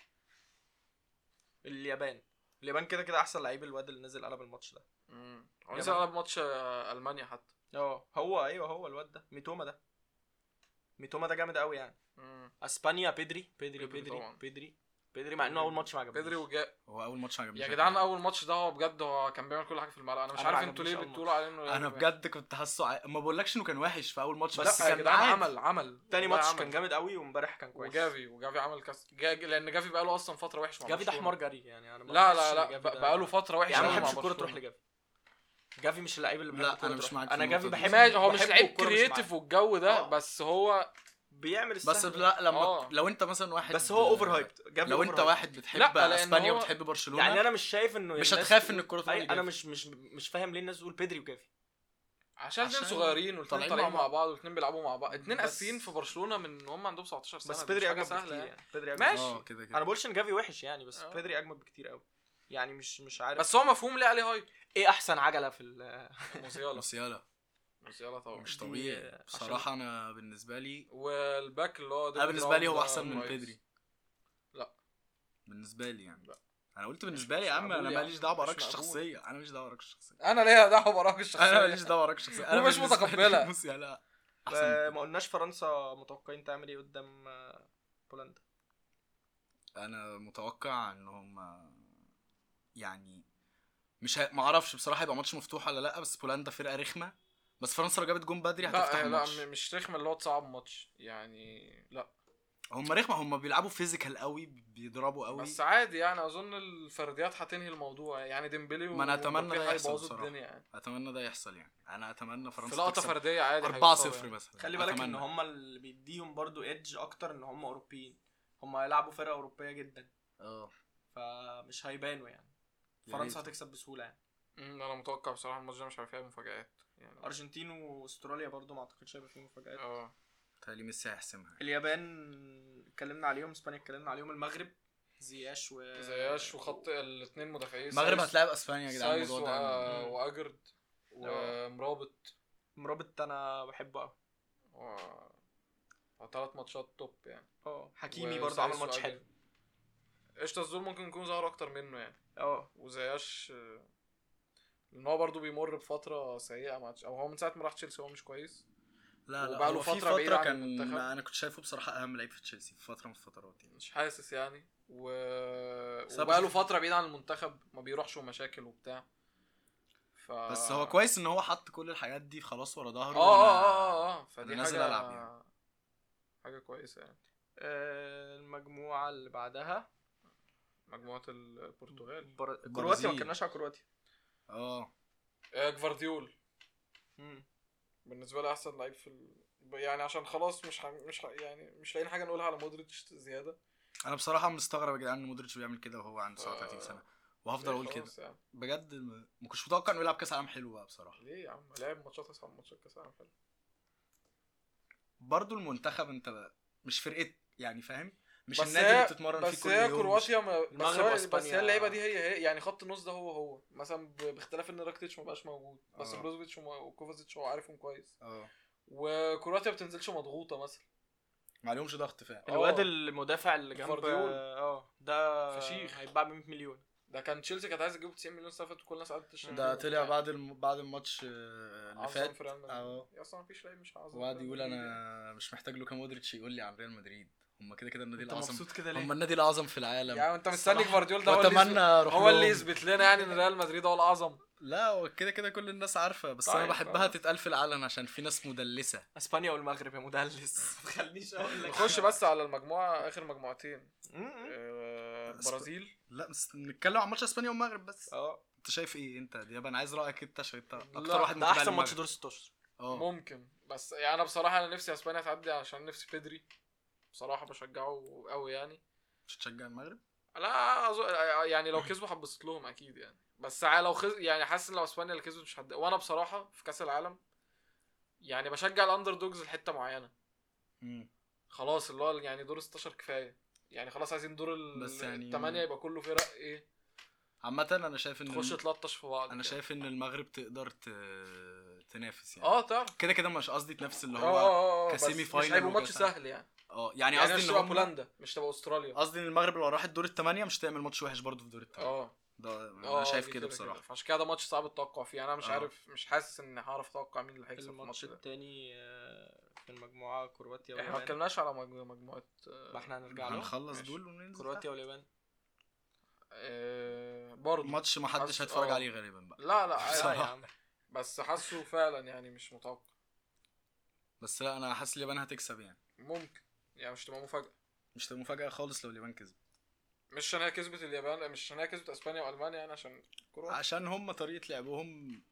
اليابان. اليابان كده كده احسن لعيب الواد اللي نزل قلب الماتش ده. امم ونزل على ماتش آه، المانيا حتى. اه هو ايوه هو الواد ده ميتوما ده. ميتوما ده جامد قوي يعني. امم اسبانيا بيدري بيدري بيدري بيدري طبعا. بيدري بيدري مع انه اول ماتش ما عجبنيش. بيدري وجا هو اول ماتش عجبني. يا جدعان اول ماتش ده هو بجد هو كان بيعمل كل حاجه في الملعب. انا مش أنا ما عارف انتوا ليه عجبنيش أول بتقولوا عليه انه انا بجد كنت حاسه ع... ما بقولكش انه كان وحش في اول ماتش بس بس لا يا كان جدعان عادي. عمل عمل تاني والله ماتش عمل. كان جامد قوي وامبارح كان كويس. وجافي وجافي عمل كاس جا... لان جافي بقى له اصلا فتره وحش مع جافي ده برشلونة. حمار جري يعني انا ما لا بحسش لا إن لا جافي ده- بقى له فتره وحشه يا عم ما قوي مع بحبش الكوره برشلونة. تروح لجافي. جافي مش اللعيب اللي بحب لا، الكورة أنا مش تروح. معاك في انا النقطة جافي دي. بحب ماشي هو مش بحبه لعيب والكورة مش كرييتيف معاه. والجو ده آه. بس هو بيعمل بس السهل. لا لما آه. لو انت مثلا واحد بس هو اوفر هايبد. جافي لو over انت hyped. واحد بتحب لا، لأن اسبانيا هو- وبتحب برشلونه يعني انا مش شايف انه مش الناس هتخاف تقول- إن الكرة تروح أي- انا لجافي. مش مش مش فاهم ليه الناس تقول بيدري وجافي. عشان اتنين عشان صغيرين والاثنين طالعين طالعين مع مع بعض والاثنين بيلعبوا مع بعض. اتنين بس- اساسيين في برشلونه من هم عندهم سبعتاشر سنه. بس دي مش بيدري حاجة اجمد سهلة بكتير يعني. يعني. بيدري أجمد. ماشي. اه كده انا كده بقولش ان جافي وحش يعني بس آه. بيدري اجمد بكتير قوي. يعني مش مش عارف. بس هو مفهوم ليه عليه هايب. ايه احسن عجله في ال موسيالا. موسيالا موسيالا طبعا. مش دي- طبيعي عشان- بصراحه. انا بالنسبه لي والباك اللي هو انا بالنسبه لي هو احسن من كويس. بيدري. لا. بالنسبه لي يعني لا. انا قلت بالنسبه لي مش يا عم. مقبول انا يا ماليش عم، دعوه مش براك مقبول. الشخصيه. انا ماليش دعوه براك الشخصيه. انا ليا دعوه براك الشخصيه. انا ماليش دعوه براك الشخصيه. انا ومش بالنسبة لي متقبلها. موسيالا احسن آه، من ما بيدري. قلناش فرنسا متوقعين تعمل ايه قدام آه، بولندا. انا متوقع ان هم يعني مش ه... ما اعرفش بصراحه يبقى ماتش مفتوح ولا لا. بس بولندا فرقه رخمه. بس فرنسا لو جابت جون بدري هتفتح لا لا الماتش. م- مش رخمه اللي هو تصعب ماتش يعني. لا هم رخمه. هم بيلعبوا فيزيكال قوي بيضربوا قوي. بس عادي يعني. اظن الفرديات هتنهي الموضوع يعني. ديمبلي ما أنا أتمنى ومبابي ده يحصل هيبوظوا بصراحة. الدنيا يعني. اتمنى ده يحصل يعني. انا اتمنى فرنسا في لقطه تكسب فرديه عادي أربعة هيوصلوا صفر يعني. مثلا. خلي بالك ان أتمنى. هم اللي بيديهم برضو ايدج اكتر ان هم اوروبيين. هم هيلعبوا فرقه اوروبيه جدا اه فمش هيبانوا يعني. يا فرنسا ريت. هتكسب بسهوله يعني. أمم، انا متوقع بصراحه الماتش ده مش هيبقى فيه مفاجآت يعني. ارجنتين واستراليا برضو ما اعتقدش هيبقى فيهم مفاجآت. اه تالي ميسي هيحسمها. اليابان اتكلمنا عليهم. اسبانيا اتكلمنا عليهم. المغرب زياش و زياش وخط الاثنين مدافعين. المغرب سايس- هتلاعب اسبانيا يا جدعان. سايس الموضوع ده و... واجرد ومرابط مرابط انا بحبه قوي. و... ثلاث ماتشات توب يعني. اه حكيمي برضو عمل ماتش حلو. قشطة الزول ممكن يكون ظهر اكتر منه يعني. اه وزياش آه، لان هو برضو بيمر بفتره سيئه مع تش- او هو من ساعه ما راح تشيلسي هو مش كويس. لا لا وبقاله هو في فترة بعيد فتره عن كان المنتخب. انا كنت شايفه بصراحه اهم لعيب في تشيلسي في فتره من الفترات يعني. مش حاسس يعني و... بس أنا وبقاله بشوف- فتره بعيد عن المنتخب ما بيروحش ومشاكل وبتاع. ف... بس هو كويس ان هو حط كل الحاجات دي خلاص ورا اه ظهره. اه وأنا- اه اه فدي أنا نازل حاجه ألعب يعني. حاجه كويسه يعني. آه، المجموعه اللي بعدها مجموعه البرتغال. بر... البرازيل. كرواتيا. ما كناش على كرواتيا. اه آه، جفارديول مم. بالنسبه لي احسن لعيب في ال... يعني عشان خلاص مش ح... مش ح... يعني مش لاقيين حاجه نقولها على مودريتش زياده. انا بصراحه مستغرب يا جدعان ان مودريتش بيعمل كده وهو عنده سبعة وتلاتين سنه، وهفضل اقول كده خلاص يعني. بجد. ما ما كنتش متوقع انه يلعب كاس عالم حلو بقى بصراحه. ليه يا عم لعب ماتشات اصعب ماتشات كاس العالم حلو. برضو المنتخب انت مش فرقه يعني فاهم، مش بس النادي اللي هي بتتمرن فيه بس كل هي يوم. كرواتيا ما بس المغرب هو بس وإسبانيا. هي اللعيبه دي هي هي يعني خط النص ده هو هو مثلا ب- باختلاف ان راكتيتش ما بقاش موجود، بس آه. بروزوفيتش وما- وكوفازيتش هو عارفهم كويس. اه وكرواتيا ما بتنزلش مضغوطه مثلا. ما عليهمش ضغط فعلا. الواد آه. المدافع اللي جنب فارديول. اه ده فشيخ. هيتباع ب مية مليون. ده كان تشيلسي كانت عايزه تجيب تسعين مليون صفقه وكل الناس قعدت تشتري ده فيه طلع وبتاع. بعد الم... بعد الماتش آه، اللي عظم فات في ريال مدريد. اه يا اصلا مفيش لعيب مش عظم. وقعد يقول انا مش محتاج لوكا مودريتش يقول لي عن ريال مدريد، هم كده كده النادي انت الاعظم، مبسوط كده ليه؟ هم النادي الاعظم في العالم. يعني انت مستني الصراحة. فارديول ده هو اللي واتمنى يثبت- اروح هو اللي لهم. يثبت لنا يعني ان ريال مدريد هو الاعظم. لا هو كده كده كل الناس عارفه، بس انا طيب، بحبها خلاص. تتقال في العلن عشان في ناس مدلسه. اسبانيا والمغرب يا مدلس. ما تخلينيش اقول لك. نخش بس على المجموعه اخر مجموعتين. م- م. آه، البرازيل. لا بس نتكلم عن ماتش اسبانيا والمغرب بس. اه انت شايف ايه انت دي؟ انا عايز رايك انت عشان انت لا، اكتر واحد ده متابع احسن ماتش المغرب. دور ستاشر. اه ممكن، بس يعني انا بصراحه انا نفسي اسبانيا تعدي عشان نفسي بيدري. بصراحه بشجعه قوي يعني. مش تشجع المغرب؟ لا أظن يعني لو كسبوا هتبسط لهم اكيد يعني، بس ع- لو خز... يعني حاسس ان لو اسبانيا اللي كسبت مش هد... وانا بصراحه في كاس العالم يعني بشجع الاندر دوجز لحته معينه. امم خلاص اللي هو يعني دور ستاشر كفايه يعني، خلاص عايزين دور ال- بس يعني- الثمانيه يبقى كله فرق ايه عامه انا شايف ان تخش تلطش في بعض انا كده. شايف ان المغرب تقدر ت... تنافس يعني. اه تعرف كده كده مش قصدي تنافس اللي اه هو اه اه كسيمي بس فاينل مش هيبقوا ماتش وكاس عالم. سهل يعني. اه يعني يعني قصدي مش ان تبقى هم بولندا مش تبقى استراليا. قصدي ان المغرب لو راحت دور الثمانيه مش تعمل ماتش وحش برضو في دور الثمانيه. اه ده اه انا شايف دي كده كده بصراحه. فعشان كده ده ماتش صعب التوقع فيه. انا مش آه. عارف مش حاسس ان هعرف اتوقع مين اللي هيكسب في الماتش الماتش ده. التاني آه، في المجموعه كرواتيا احنا ما واليابان. اتكلمناش على مج- مجموعه آه، ما احنا هنرجع له. هنخلص ماشي. دول وننزل كرواتيا واليابان. آه، برضه ماتش ما حدش حاسس- هيتفرج آه. عليه غالبا بقى. لا لا لا عادي. يا بصراحة. عم. بس حاسه فعلا يعني مش متوقع. بس لا انا حاسس اليابان هتكسب يعني، ممكن يعني مش تبقى مفاجاه. مش تبقى مفاجاه خالص لو اليابان كسب، مش عشان هي كسبت اليابان مش عشان هي كسبت اسبانيا والمانيا يعني عشان كرواتيا عشان هم طريقه لعبهم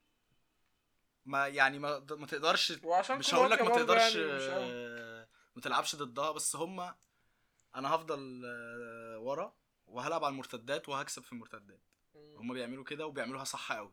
ما يعني ما, ما تقدرش. وعشان مش هقول لك ما كرواتيا برضه تقدرش يعني مش قوي. آه، ما تلعبش ضدها، بس هم انا هفضل آه، ورا وهلعب على المرتدات وهكسب في المرتدات. مم. هم بيعملوا كده وبيعملوها صح قوي.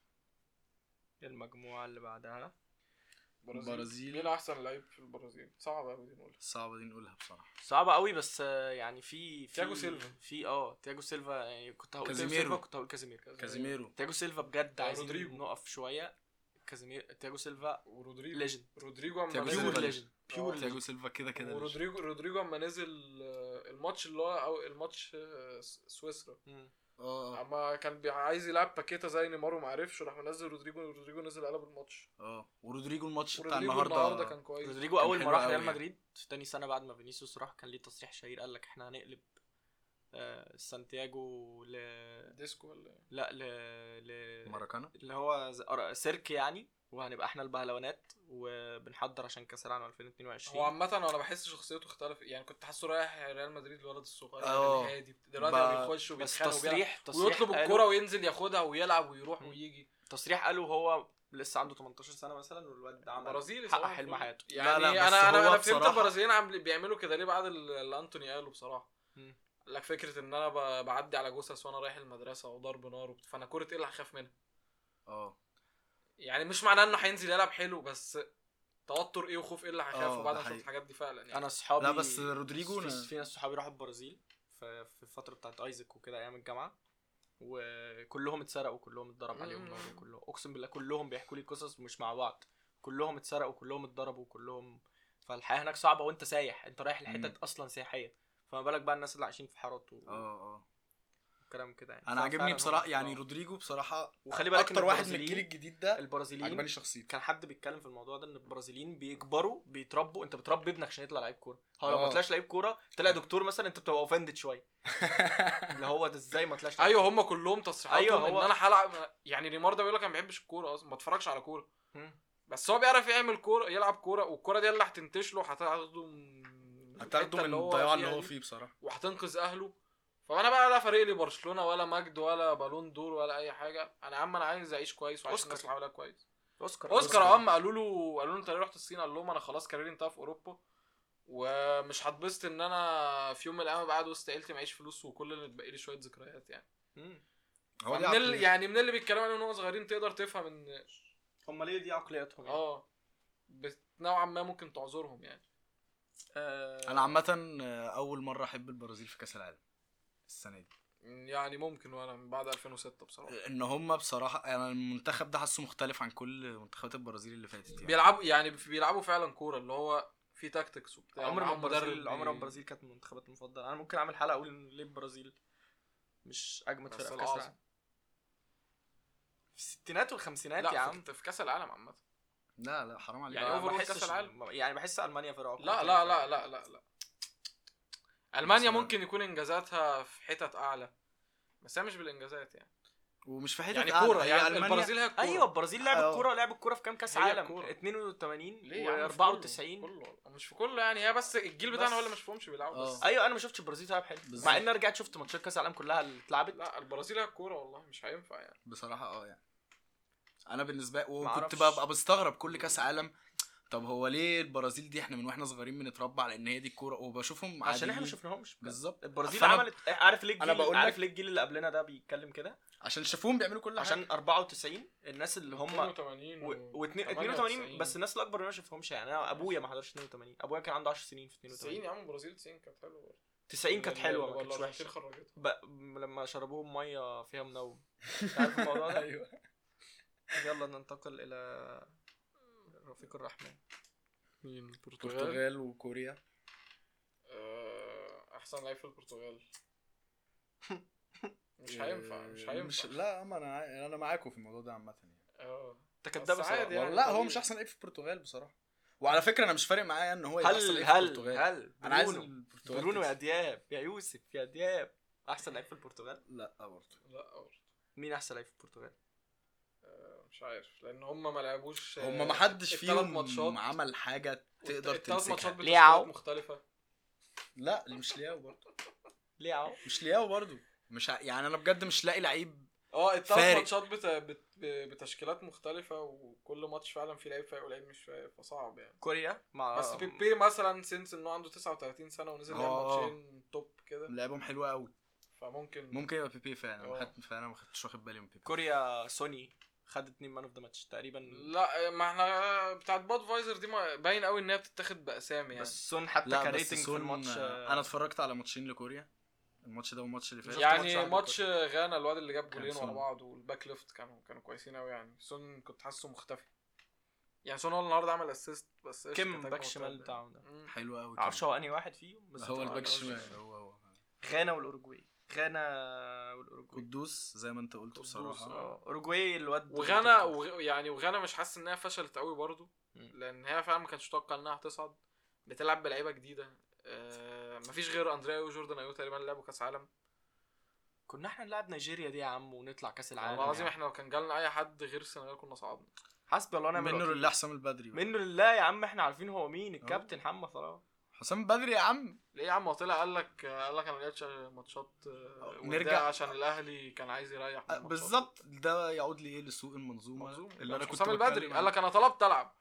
المجموعه اللي بعدها البرازيل. مين احسن لعيب في البرازيل؟ صعب قوي دي نقولها. صعبه دي نقولها بصراحه. صعبه قوي، بس آه، يعني في في تياجو سيلفا. في اه تياجو سيلفا. يعني كنت هقول تياجو كازيميرو. سيلفا كنت هقول كازيميرو. كازيميرو تياجو سيلفا بجد آه، عايزين رودريجو. نقف شويه. كازيميرو تياجو سيلفا ورودريجو ليجند. رودريجو اما تياجو نزل سيلفا بيور ليجند. ليجند بيور تياجو ليجند. سيلفا كده كده. ورودريجو رودريجو اما نزل آه، الماتش اللي هو او الماتش آه، س- سويسرا مم. اه اما كان بي- عايز يلعب باكيتا زي نيمار وما عرفش راح منزل رودريجو رودريجو نزل قلب الماتش. اه ورودريجو الماتش بتاع ورودريجو النهارده النهارده كان كويس. رودريجو كان اول ما حلو راح قوي ريال يعني. مدريد في تاني سنه بعد ما فينيسيوس راح كان ليه تصريح شهير قال لك احنا هنقلب آه، سانتياجو ل ديسكو ولا إيه؟ لا ل ل ماراكانا. اللي هو ز- أر- سيرك يعني، وهنبقى احنا البهلوانات وبنحضر عشان كاس العالم ألفين واتنين هو وعشرين. عامة انا بحس شخصيته اختلف يعني، كنت حاسه رايح ريال مدريد الولد الصغير اه. الهادي دلوقتي ب- بيخش بس وبيتخانق وبيلعب تصريح تصريح ويطلب قالوا- الكرة وينزل ياخدها ويلعب ويروح مم. ويجي. تصريح قالوا هو لسه عنده تمنتاشر سنه مثلا، والواد ده عمل برازيلي حقق صباح حلم الفل. حياته. يعني لا، لا، بس انا انا هو انا فهمت بصراحة- البرازيليين عم بيعملوا كده ليه بعد اللي انتوني قاله بصراحه. مم. قال لك فكره ان انا ب- بعدي على جثث وانا رايح المدرسه وضرب نار وبت- فانا كوره ايه اللي هخاف منها؟ اه يعني مش معناه انه هينزل يلعب حلو، بس توتر ايه وخوف ايه اللي هخاف. اه، وبعد ده ما شفت حقيقي. الحاجات دي فعلا يعني. انا اصحابي لا بس رودريجو في, أنا- في ناس صحابي راحوا البرازيل في في الفتره بتاعت ايزك وكده ايام الجامعه، وكلهم اتسرقوا وكلهم اتضرب عليهم مم. نار وكلهم اقسم بالله كلهم بيحكوا لي قصص مش مع بعض. كلهم اتسرقوا وكلهم اتضربوا وكلهم. فالحياه هناك صعبه وانت سايح، انت رايح لحتت مم. اصلا سياحيه، فما بالك بقى الناس اللي عايشين في حارات و- اه اه وكلام كده يعني. انا ففعلاً عاجبني هم بصراحه في- يعني آه. رودريجو بصراحه وخلي بالك اكتر إن واحد من البرازيليين- الجيل الجديد ده البرازيليين عجباني شخصيته. كان حد بيتكلم في الموضوع ده ان البرازيليين بيكبروا بيتربوا. انت بتربي ابنك عشان يطلع لعيب كوره. هو لو ما آه. طلعش لعيب كوره طلع دكتور مثلا انت بتبقى اوفندد شويه. اللي هو ده ازاي ما طلعش لعيب ايوه كورة؟ هم كلهم تصريحاتهم أيوة، ان هو- انا هلعب. يعني نيمار ده بيقول لك انا ما بحبش الكوره اصلا، ما اتفرجش على كوره، مم. بس هو بيعرف يعمل كوره يلعب كوره، والكوره دي اللي هتنتش له هتاخده من هتاخده الحتة من هو الضياع اللي فيها هو دي، فيه بصراحه. وهتنقذ اهله. فانا بقى لا فارق لي برشلونه ولا مجد ولا بالون دور ولا اي حاجه. انا يا عم انا عايز اعيش كويس وعايش أوسكار. الناس اللي حواليا كويس. اوسكار اوسكار يا عم قالوا له قالوا له انت ليه رحت الصين؟ قال لهم انا خلاص كاريري انتهى في اوروبا ومش هتبسط ان انا في يوم من الايام بعد وسط عيلتي معيش فلوس وكل اللي اتبقى لي شويه ذكريات يعني. مم. هو دي من ال... عقلية. يعني من اللي بيتكلموا عليه وهم صغيرين تقدر تفهم ان هم ليه دي عقلياتهم يعني. اه بس نوعا ما ممكن تعذرهم يعني. آه، انا عامه اول مره احب البرازيل في كاس العالم السنه دي، يعني ممكن وانا من بعد ألفين وستة بصراحه ان هم بصراحه انا المنتخب ده حاسه مختلف عن كل منتخبات البرازيل اللي فاتت يعني. بيلعبوا يعني بيلعبوا فعلا كوره اللي هو في تاكتكس وبتاع. عمر ما ومعاهم البرازيل مدرب عمر ما بي- البرازيل كانت من المنتخبات المفضله. انا ممكن اعمل حلقه اقول ان ليه البرازيل مش اجمد بس فرقه في كاس الأعظم. العالم في الستينات والخمسينات لا يا عم. في, في كاس العالم عامه. لا لا حرام عليك. يعني ما overall بحسش- كأس العالم. يعني بحس المانيا فرقه أقوى لا كده لا فرقة. لا لا لا لا المانيا بس- ممكن يكون انجازاتها في حتت اعلى بس هي مش بالانجازات يعني. ومش في حته يعني أعلى. كوره هي يعني ألمانيا- البرازيل هي الكوره. ايوه البرازيل لعبت أيوة. كوره لعبت كوره في كام كاس هي عالم الكورة. اتنين وتمانين ليه يا عم؟ في واربعة كله. وتسعين. كله مش في كله يعني. هي بس الجيل بتاعنا بس. هو اللي مش فهمش بيلعبوا بس. آه. ايوه انا ما شفتش البرازيل تلعب حلو بالظبط. مع ان انا رجعت شفت ماتشات كاس العالم كلها اللي اتلعبت. لا البرازيل هي الكوره والله مش هينفع يعني. بصراحه اه يعني انا بالنسبه وكنت معرفش. ببقى بستغرب كل كاس عالم. طب هو ليه البرازيل دي احنا من واحنا صغيرين بنتربى على ان هي دي الكوره وبشوفهم عشان احنا ما عاديين. شفناهمش بالظبط. البرازيل فأنا- عملت عارف ليه أنا الجيل بقول عارف لك- ليه الجيل اللي قبلنا ده بيتكلم كده عشان شافوهم بيعملوا كل حاجه. عشان اربعة وتسعين الناس اللي هم اتنين وتمانين و اتنين وتمانين بس الناس الاكبر ما شافهمش يعني. انا ابويا ما حضرش اتنين وتمانين ابويا كان عنده عشر سنين في اتنين تسعين وتمانين يا عم البرازيل تسعين كانت حلوه برضه. تسعين كانت حلوه ما ولا كانتش الأرجنتين وحشه خرجتها. ب... لما شربوهم ميه فيها منوم. عارف الموضوع ده؟ ايوه. يلا ننتقل الى رفيق الرحمن. مين البرتغال؟ البرتغال وكوريا. آه، احسن لعيب في البرتغال. مش هينفع مش هينفع مش لا ما انا ع- انا معاكم في الموضوع ده عامه يعني. اه انت كداب بس عادي بصراحه. يعني. لا هو طبيعي. مش احسن لعيب في البرتغال بصراحه. وعلى فكره انا مش فارق معايا ان هو يبقى احسن هل لعيب في هل البرتغال. هل انا عايز برونو البرتغال برونو يا تكسب. دياب يا يوسف يا دياب احسن لعيب في البرتغال. لا برضه. لا برضه. مين احسن لعيب في البرتغال؟ آه، مش عارف لان هم ما لعبوش. آه، هم ما حدش التلات فيهم ماتشات عمل حاجه تقدر الثلاث ماتشات تمسكها. لياو. بتشكيلات مختلفه. لا مش لياو برضه. ليه عو مش لياو برضه. مش ع... يعني انا بجد مش لاقي لعيب. اه الثلاث فارق. ماتشات بت... بت... بتشكيلات مختلفه وكل ماتش فعلا فيه لعيب فايق ولعيب مش فايق فصعب يعني. كوريا مع بس بيبي مثلا سنس انه عنده تسعة وتلاتين سنه ونزل لعب آه. ماتشين توب كده لعبهم حلوه قوي. فممكن ممكن يبقى بيبي فعلا. آه. ما خدت فعلا ما خدتش واخد بالي من بيبي. كوريا سوني خد اتنين مان اوف ذا ماتش تقريبا. لا ما احنا بتاعت بادفايزر دي ما باين قوي ان هي بتتاخد باسامي يعني. بس سون حتى لا بس كريتنج في سون الماتش. انا اتفرجت على ماتشين لكوريا. الماتش ده والماتش اللي فات. شفت ماتش يعني واحد ماتش غانا الواد اللي جاب كان جولين ورا سون. بعض والباك ليفت كانوا كانوا كويسين قوي يعني. سون كنت حاسه مختفي يعني. سون هو النهارده عمل اسيست بس إيش كيم كانت باك هجمة شمال مرتدة. بتاعهم ده مم. حلو قوي. معرفش هو انهي واحد فيهم بس هو طبعاً الباك هو الشمال هو هو غانا والاوروجواي غانا والاوروجواي قدوس زي ما انت قلت قدوس، بصراحه. اه اوروجواي الواد وغانا وغ... يعني وغانا مش حاسس انها فشلت قوي برضو مم. لان هي فعلا ما كانتش متوقع انها هتصعد. بتلعب بلعيبه جديده. آه مفيش غير اندريا وجوردان ايو تقريبا لعبوا كاس عالم. كنا احنا نلعب نيجيريا دي يا عم ونطلع كاس العالم. والله العظيم يعني. احنا لو كان جالنا اي حد غير السنغال كنا صعدنا. حسبي الله ونعم منه الوكيل. لله حسام البدري بقى. منه لله يا عم احنا عارفين هو مين الكابتن محمد صلاح. حسام البدري يا عم. ليه يا عم هو طلع قال لك قال لك انا ما لعبتش ماتشات آه، نرجع. وداع عشان الاهلي كان عايز يريح من أه، الماتشات. بالظبط ده يعود لي ايه لسوء المنظومه منظوم اللي انا كنت حسام البدري بتكلم قال عنها. لك انا طلبت العب.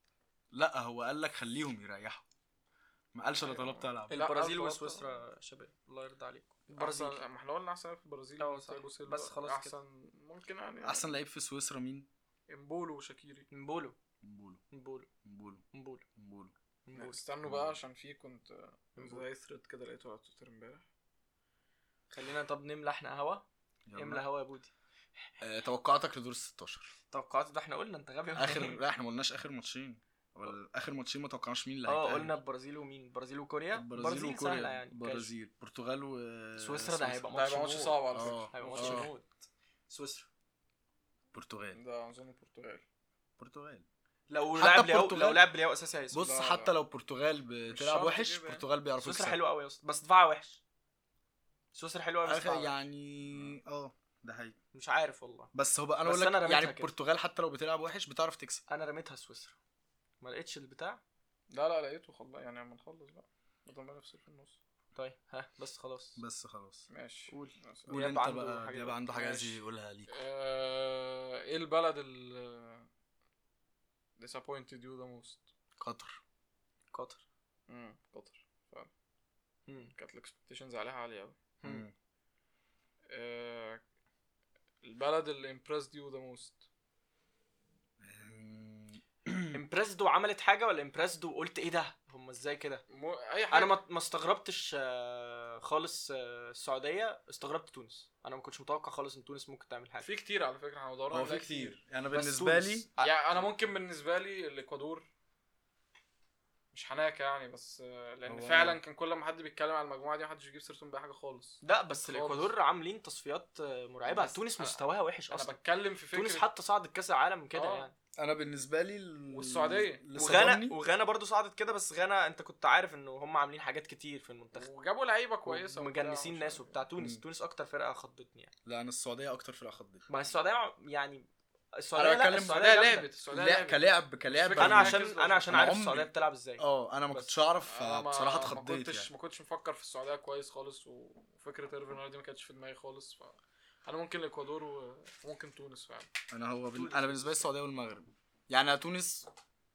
لا هو قال لك خليهم يريحوا. ما قالش انا طلبت العب. لا، البرازيل ألف وسويسرا يا شباب الله يرضى عليكم. البرازيل البرازيل ما احنا قلنا احسن في البرازيل اه صح. تياجو سيلفا. بس خلاص احسن ممكن يعني احسن لعيب في سويسرا مين؟ امبولو وشاكيري. مبولو مبولو. مبولو مبولو. مبولو مبولو. مبولو. استنوا بقى عشان في كنت مبولو. زي ثريد كده لقيته على تويتر امبارح. خلينا طب نملى احنا هوا. يلا. املى هوا يا بودي. آه، توقعاتك لدور ال ستاشر. توقعات ده احنا قلنا انت غبي ولا اخر إيه؟ لا احنا ما قلناش اخر ماتشين. ولا اخر ماتشين ما توقعناش مين اللي اه هيتأهل. قلنا البرازيل ومين البرازيل وكوريا. البرازيل وكوريا سهله يعني البرازيل البرتغال و سويسرا ده هيبقى ده ماتش هيبقى ماتش موت. صعب على آه. فكره. هيبقى ماتش ماتش آه. موت. سويسرا البرتغال. ده اظن البرتغال. البرتغال. لو حتى لعب لياو البرتغال- لو لعب لياو اساسي هيسوي. بص لا، حتى لا. لو البرتغال بتلعب شرط وحش كده يعني. البرتغال بيعرفوا سويسرا يكسبوا. حلوه قوي يا اسطى بس دفاعها وحش. سويسرا حلوه قوي بس آخر دفاعها وحش. يعني اه ده حقيقي. مش عارف والله. بس هو بقى انا بس اقول لك أنا رميتها يعني كده. البرتغال حتى لو بتلعب وحش بتعرف تكسب. انا رميتها سويسرا ما لقيتش البتاع. لا لا لقيته خلاص يعني عم نخلص بقى. بدل ما نفصل في النص. طيب ها بس خلاص. بس خلاص. ماشي. قول. بس- قول دياب انت عنده بقى حاجة دياب عنده حاجه عايز ماشي. يقولها ليك. آه، ايه البلد ال disappointed you the most؟ قطر. قطر. امم قطر فعلا مم. كانت الاكسبكتيشنز عليها عاليه قوي. مم. آه البلد اللي امبرسد يو ذا موست. امبرسد وعملت حاجه ولا امبرسد وقلت ايه ده هم ازاي كده؟ مو... اي حاجه. انا ما ما استغربتش آه، خالص آه، السعوديه، استغربت تونس. انا ما كنتش متوقع خالص ان تونس ممكن تعمل حاجه. في كتير على فكره احنا دورنا هو عليها في كتير انا بس بالنسبه تونس- لي آه، يعني انا ممكن بالنسبه لي الاكوادور مش حناكه يعني، بس آه، لان هو- فعلا كان كل ما حد بيتكلم على المجموعه دي محدش بيجيب سيرتهم بأي حاجه خالص. لا بس خالص. الاكوادور عاملين تصفيات آه، مرعبه. بس تونس أنا- مستواها وحش انا اصلا. بتكلم في فكره تونس حتى صعدت كاس العالم كده آه. يعني. انا بالنسبه لي ال- والسعودية. اللي وغانا صدمني- وغانا برضو صعدت كده، بس غانا انت كنت عارف انه هم عاملين حاجات كتير في المنتخب وجابوا لعيبه كويسه وبتاع مجنسين ومش ناس عارف وبتاع. إيه. تونس مم. تونس اكتر فرقه خضتني يعني. لا انا السعوديه اكتر فرقه خضتني. ما السعوديه يعني السعوديه أنا لا بتكلم- السعوديه السعوديه جامدة. لعبت السعوديه لا لعبت كلاعب كلاعب فكرة انا إنها عشان كسبت انا عشان أنا عارف عمري- السعوديه بتلعب ازاي. اه انا ما بس كنتش اعرف أنا ما- بصراحه ما اتخضيت كنتش يعني. ما كنتش مفكر في السعوديه كويس خالص، وفكره ايرفين دي ما كانتش في دماغي خالص. ف انا ممكن الاكوادور وممكن تونس فعلا. انا هو بال... تونس. انا بالنسبه لي السعوديه والمغرب يعني. أنا تونس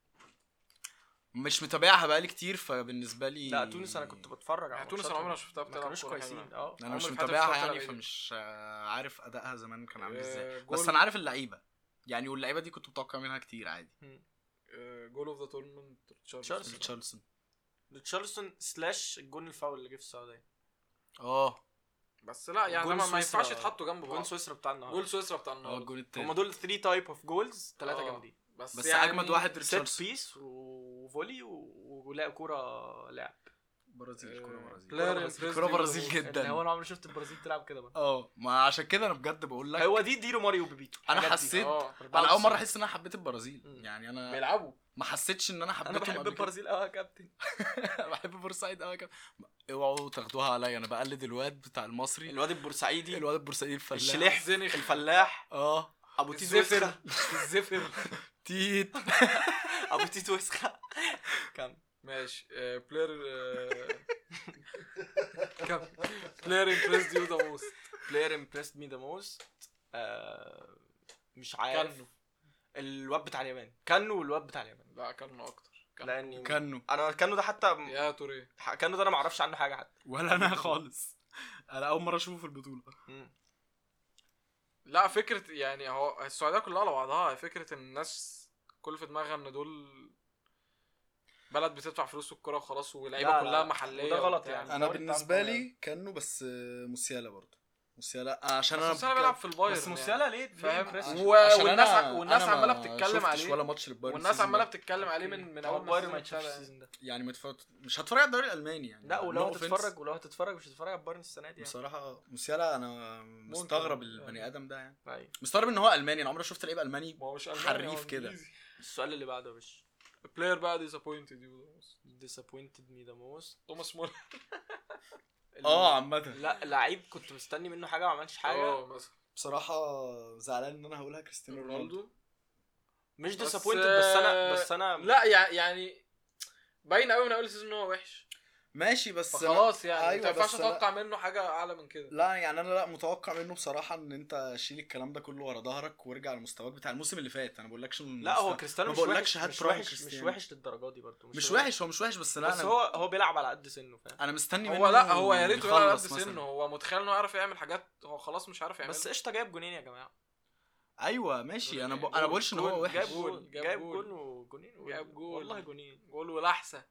مش متابعها بقالي كتير فبالنسبه لي لا تونس انا كنت بتفرج على يعني تونس ماتشاتهم. انا عمري ما شفتها ما بتلعب كانوش كورة كويسين. حلوة. اه انا عمري مش في حياتي متابعها شفتها يعني بتلعب إيه. فمش آه، عارف ادائها زمان كان عامل آه، ازاي. جول- بس انا عارف اللعيبه يعني، واللعيبه دي كنت متوقع منها كتير عادي. جول اوف ذا تورنمنت تشارلسون. تشارلسون تشارلسون سلاش الجون الفاول اللي جه في السعوديه. اه بس لا يعني جول ده ما ما سويسرا. ينفعش يتحطوا جنب جون بعض. سويسرا بتاع النهارده. جول سويسرا بتاع اه النهارده الجول هم التاني. دول ثلاثة تايب اوف جولز، ثلاثه آه. جامدين. بس, بس يعني اجمد واحد سيت ريتشاردسون. بيس وفولي و- ولا كوره لعب. برازيل كوره آه، برازيل بلاير كرة امبرسد كرة يو برازيل ذا جدا. اللي هو انا عمري شفت البرازيل تلعب كده بقى. اه ما عشان كده انا بجد بقول لك هو دي دي روماريو وبيبيتو. انا الحاجات دي. حسيت اه انا اول مره احس ان انا حبيت البرازيل مم. يعني. انا بيلعبوا. ما حسيتش ان انا حبيتهم انا بحب قبل كده. البرازيل قوي يا كابتن. بحب بورسعيد قوي كده. اوعوا تاخدوها عليا، انا بقلد الواد بتاع المصري، الواد البورسعيدي، الواد البورسعيدي الفلاح. الشليح، زنخ. الفلاح، اه ابو تيتو الزفر وسخه. الزفر تيت. ابو تيتو وسخه. كم ماشي. بلاير كم بلاير امبرسد يو ذا موست. بلاير امبرسد مي ذا موست. مش عارف. كانو. الواد بتاع اليابان كانو، والواد بتاع اليابان. لا كانو اكتر. كانو. لاني كانو انا كانو ده حتى يا توري. كانو ده انا ما اعرفش عنه حاجه حتى. ولا انا خالص. انا اول مره اشوفه في البطوله. مم. لا فكره يعني هو السعوديه كلها على بعضها، فكره ان الناس كل في دماغها ان دول بلد بتدفع فلوس في الكوره وخلاص، واللعيبه لا، لا، كلها لا. محليه وده غلط وبتاع. يعني. انا الدوري بالنسبه بتاعهم لي كانو بس آه، موسيالا برضه. موسيالا عشان بس انا موسيالا بيلعب في البايرن بس يعني. موسيالا ليه فاهم؟ ليه impressive؟ و- عشان والناس أنا- ع- والناس أنا عمالة ما بتتكلم شفتش عليه. ولا ماتش للبايرن والناس السيزون عماله ده. بتتكلم عليه من من هو اول ما البايرن ما السيزون يتشافش ابتدى. السيزون ده. يعني متفرج مش هتفرج على الدوري الالماني يعني. لا ولو No offense. هتتفرج ولو هتتفرج مش هتتفرج على البايرن السنه دي يعني. بصراحه موسيالا انا مستغرب البني ادم ده يعني. أيوة. مستغرب ان هو الماني. انا عمري ما شفت لعيب الماني ما هو مش ألماني، حريف هو كده. إنجليزي. السؤال اللي بعده يا باشا. بلاير بقى ديسابوينتد يو disappointed me the most. توماس مولر. اه عامه لا لعيب كنت مستني منه حاجه ما عملش حاجه. اه مثلا بصراحه زعلان ان انا هقولها كريستيانو رونالدو. رونالدو. مش بس- disappointed بس انا بس انا لا يع- يعني باين قوي من اول السيزون ان هو وحش، ماشي بس فخلاص يعني أيوة ما ينفعش بس لا. اتوقع منه حاجه اعلى من كده. لا يعني انا لا متوقع منه بصراحه ان انت شيل الكلام ده كله ورا ظهرك وارجع لمستواك بتاع الموسم اللي فات. انا بقولكش إن لا هو المستوى- كريستيانو ما مش بقولكش وحش هات مش برايم وحش مش كريستيانو. وحش للدرجه دي برضه. مش وحش هو مش وحش بس لا بس انا هو هو بيلعب على قد سنه فاهم. انا مستني منه هو لا هو يا ريت يلعب قد يخلص مثلاً. سنه، هو متخيل انه يعرف يعمل حاجات هو خلاص مش عارف يعملها. بس قشطه جايب جونين يا جماعه. ايوه ماشي. انا ب... جول- انا بقولش ان هو جول- وحش. جايب جول- جول جاب جايب جول. جول وجونين جاب جول. والله جونين. جول ولحسه.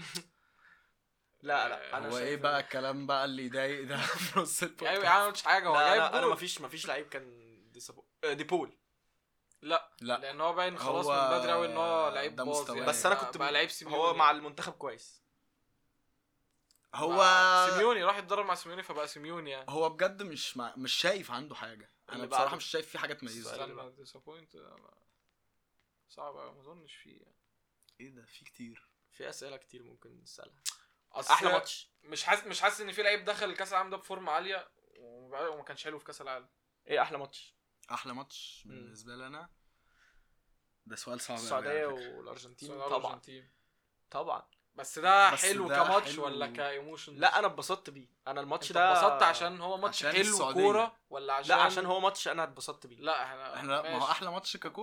لا لا انا هو ايه شايف بقى إن- الكلام بقى اللي يضايق ده في نص يعني البودكاست؟ ما عملش حاجه هو لا جايب لا انا جول. مفيش مفيش لعيب كان ديسابو... آه، ديبول. لا لا لان هو باين خلاص هو من بدري قوي ان هو لعيب ده باظ مستواه. يعني. بس انا بقى- كنت بقى لعيب سيميوني. هو مع المنتخب كويس. هو مع سيميوني راح يتدرب مع سيميوني فبقى سيميوني يعني. هو بجد مش مع... مش شايف عنده حاجه. انا اللي بصراحه بعده. مش شايف فيه حاجه تميزه. السؤال. استنى ديسابوينت صعب قوي ما اظنش فيه يعني. ايه ده في كتير. في اسئله كتير ممكن نسالها. أصل احلى ماتش. مش حاسس مش حاسس ان في لعيب دخل الكاس العالم ده بفورمه عاليه وما وما كانش حلو في كاس العالم. ايه احلى ماتش؟ احلى ماتش مم. بالنسبه لي انا ده سؤال صعب أوي السعوديه على فكرة. والارجنتين السعودية طبعا والأرجنتين. طبعا. بس ده بس حلو ده كماتش حلو. ولا كايموشن؟ لا انا اتبسطت بيه. انا الماتش انت ده اتبسطت عشان هو ماتش عشان حلو السعودية. كوره ولا عشان لا عشان هو ماتش انا اتبسطت بيه. لا احنا احنا لا ما هو ماشي. احلى ماتش ككوره.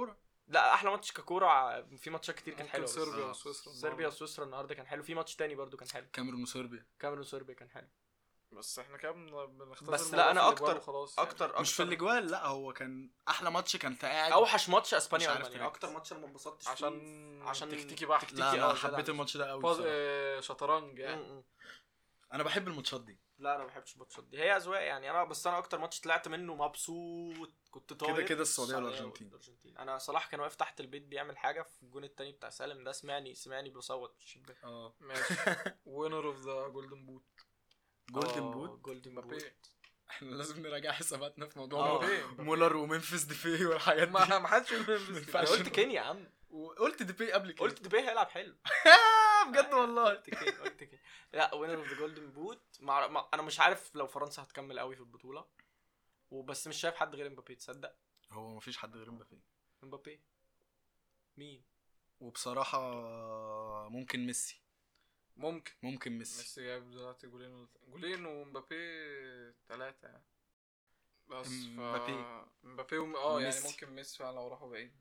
لا احلى ماتش ككوره ع- في ماتشات كتير كانت ممكن حلوه بس- صربيا آه. وسويسرا صربيا النهاردة. وسويسرا النهارده كان حلو. في ماتش تاني برضو كان حلو، كاميرون وصربيا. كاميرون وصربيا كان حلو. بس احنا كده بن- بنختزل بس الموضوع لا انا في الأجوال اكتر وخلاص يعني. اكتر اكتر مش في الاجوال، لا هو كان احلى ماتش كان قاعد. اوحش ماتش مش اسبانيا عارف والمانيا، تركز. اكتر ماتش انا ما انبسطتش فيه عشان عشان تكتيكي بحت. تكتيكي. لا اه انا زيادة حبيت عن الماتش ده قوي باز... بصراحة. آه، شطرنج يعني. م- م. انا بحب الماتشات دي. لا انا ما بحبش الماتشات دي، هي اذواق يعني. انا بس انا اكتر ماتش طلعت منه مبسوط كنت طاير كده كده السعودية والأرجنتين. والارجنتين. انا صلاح كان واقف تحت البيت بيعمل حاجه في الجون التاني بتاع سالم ده، سمعني سمعني بصوت في الشباك. اه ماشي. وينر اوف ذا جولدن بوت جولدن بوت. جولدن مبابي. بوت. احنا لازم نراجع حساباتنا في آه. موضوع مبابي. مولر ومنفس ديبي والحاجات دي. ما ما حدش يقول ما ممفيس. ينفعش. انا قلت كين يا عم، وقلت ديبي قبل كده. قلت ديبي هيلعب حلو. آه، بجد والله. قلت كين قلت كين لا وينر اوف ذا جولدن بوت. مع... مع... انا مش عارف لو فرنسا هتكمل قوي في البطوله، وبس مش شايف حد غير امبابي. تصدق هو مفيش حد غير مبابي. امبابي مين؟ وبصراحة ممكن ميسي. ممكن ممكن ميسي. ميسي جايب دلوقتي جولين ولا- جولين ومبابي ثلاثة يعني. بس ف مبابي. مبابي وم... اه يعني ميسي. ممكن ميسي فعلا لو راحوا بعيد.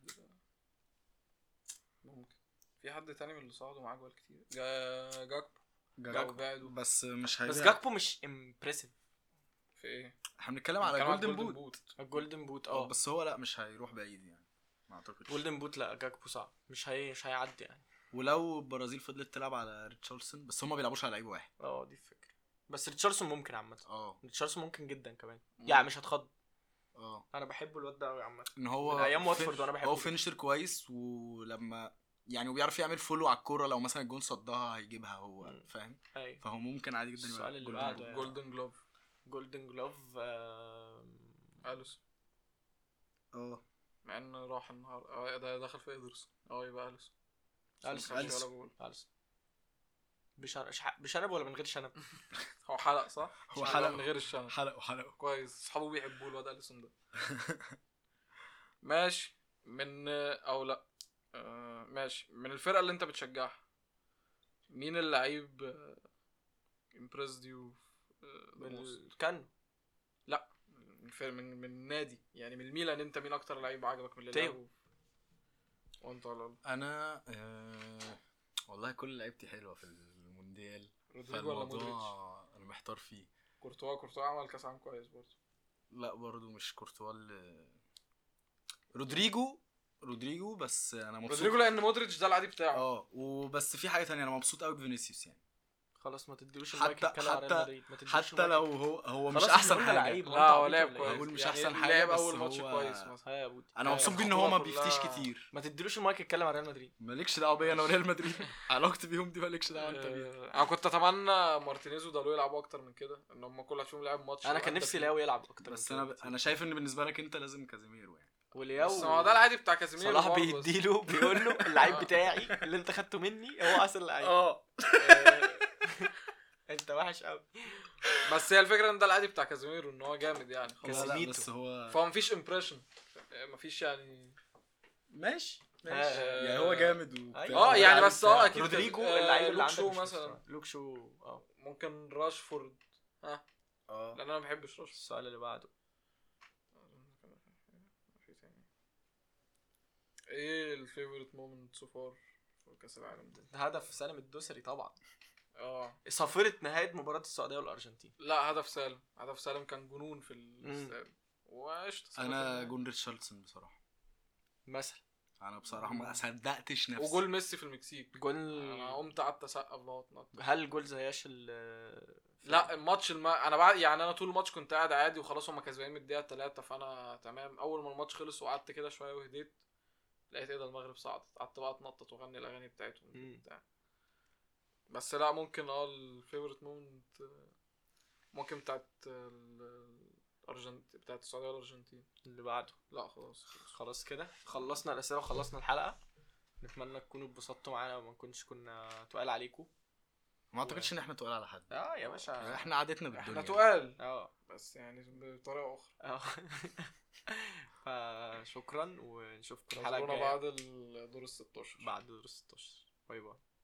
ممكن في حد تاني من اللي صعدوا معاه جوال كتير. جا... جاكبو. لو جاكبو. بعدوا بس مش بس هيبقى. جاكبو مش امبرسيف. في ايه؟ احنا بنتكلم على كانوا جولدن بوت. الجولدن بوت اه اه بس هو لا مش هيروح بعيد يعني، ما اعتقدش. جولدن بوت لا جاكبو صعب، مش هي مش هيعدي يعني. ولو البرازيل فضلت تلعب على ريتشاردسون، بس هم ما بيلعبوش على لعيب واحد. اه دي الفكره. بس ريتشاردسون ممكن عامه، اه ريتشاردسون ممكن جدا كمان مم. يعني مش هتخض. اه انا بحب الواد ده قوي عامه. ان هو من أيام فين- واتفورد وأنا بحبه هو جدا. فينشر كويس، ولما يعني وبيعرف يعمل فولو على الكوره، لو مثلا الجون صدها هيجيبها هو، مم. فاهم. ايوه فهو ممكن عادي جدا السؤال اللي جولدن بعده بوت. يعني. جولدن جلوف. جولدن جلوف. اليسون. اه مع انه راح النهارده اه ده دخل في ادرسون. اه يبقى اليسون. بس ما أليسون. خدش أليسون. ولا جول. خالص بشنب بشنب ولا من غير شنب؟ هو حلق صح؟ هو عشان حلق. يبقى من غير الشنب. حلقه حلقه. كويس. اصحابه بيحبوه الواد اليسون ده. ماشي. من او لا آه ماشي. من الفرقه اللي انت بتشجعها مين اللعيب امبرسد يو من كان لا من فرق من من النادي يعني من الميلان. انت مين اكتر لعيب عجبك من اللي تيو. لعبوا؟ وانت ولا انا آه... والله كل لعيبتي حلوه في المونديال، رودريجو ولا مودريتش؟ فالموضوع انا محتار فيه. كورتوا. كورتوا عمل كاس عام كويس برضه. لا برضو مش كورتوا. ال- رودريجو. رودريجو بس انا مبسوط. رودريجو لان مودريتش ده العادي بتاعه. اه وبس في حاجه تانية، انا مبسوط قوي بفينيسيوس يعني. خلاص ما تديلوش حتى- المايك يتكلم على حتى- ريال مدريد. ما تديلوش حتى المايك. لو هو هو مش خلاص احسن احنا قلنا حاجه. لعيب. لا هو عبيط لعب ولا إيه؟ كويس. هقول مش يعني أحسن حاجة، لعب بس اول ماتش هو- كويس مثلا. ها يا بودي انا آه، مبسوط بيه ان الخطوة هو ما بيفتيش كلها- كتير. ما تديلوش المايك يتكلم على ريال مدريد. مالكش دعوه بيا انا وريال مدريد. علاقتي بيهم دي مالكش دعوه انت بيها. آه، انا كنت اتمنى مارتينيز ودالو يلعبوا اكتر من كده، ان هم كل واحد فيهم لعب ماتش. انا كان وأدى نفسي فيه. لاوي يلعب اكتر بس من انا كده ب... انا شايف ان بالنسبه لك انت لازم كازيميرو يعني. ولياو بس ما هو ده العادي بتاع كازيميرو. صلاح برضه، بس- بيديله بيقول له اللعيب بتاعي اللي انت خدته مني هو احسن لعيب. اه آه، انت وحش قوي. بس هي الفكره ان ده العادي بتاع كازيميرو ان هو جامد يعني لا خلاص. لا كازيميرو. بس هو فهو مفيش امبريشن. مفيش يعني. ماشي ماشي آه، يعني هو جامد وبتاع. أيوة. اه يعني بس اه بتاع. اكيد رودريجو آه، اللعيب اللي لوك عندك شو مش مثلا. مستوى. لوك شو اه ممكن راشفورد. ها اه لان انا ما بحبش راشفورد. السؤال اللي بعده. في تاني. ايه الفيفورت مومنت سو فار في كاس العالم ده؟ ده هدف سالم الدوسري طبعا. اه صافرة نهاية مباراة السعودية والأرجنتين. لا هدف سالم. هدف سالم كان جنون في مم. الاستاد. وقشطه. انا جون ريتشاردسون بصراحه. مثلا انا بصراحه ما صدقتش نفسي. وجول ميسي في المكسيك. جول. انا قمت قعدت اسقف لغايه نط. هل جول زياش ال لا الماتش الم... انا بعد يعني انا طول الماتش كنت قاعد عادي وخلاص هما كسبانين من الدقيقه ثلاثة فانا تمام. اول ما الماتش خلص وقعدت كده شويه وهديت لقيت ايه ده المغرب صعدت. قعدت بقى اتنطط واغني الاغاني بتاعتهم مم. بتاع. بس لا ممكن اه الفيفورت مومنت ممكن بتاعت الارجنتين بتاعت السعوديه والارجنتين. اللي بعده. لا خلاص. خلاص كده خلصنا الأسئلة وخلصنا الحلقة. نتمنى تكونوا اتبسطتوا معانا وما نكونش كنا تقال عليكم. ما اعتقدش ان احنا تقول على حد. اه يا باشا احنا عادتنا بالدنيا. احنا تقال اه بس يعني بطريقه اخرى. اه فشكرا ونشوفكم الحلقة نزلونا الجاية بعد الدور ال ستاشر. بعد دور ستاشر. باي باي.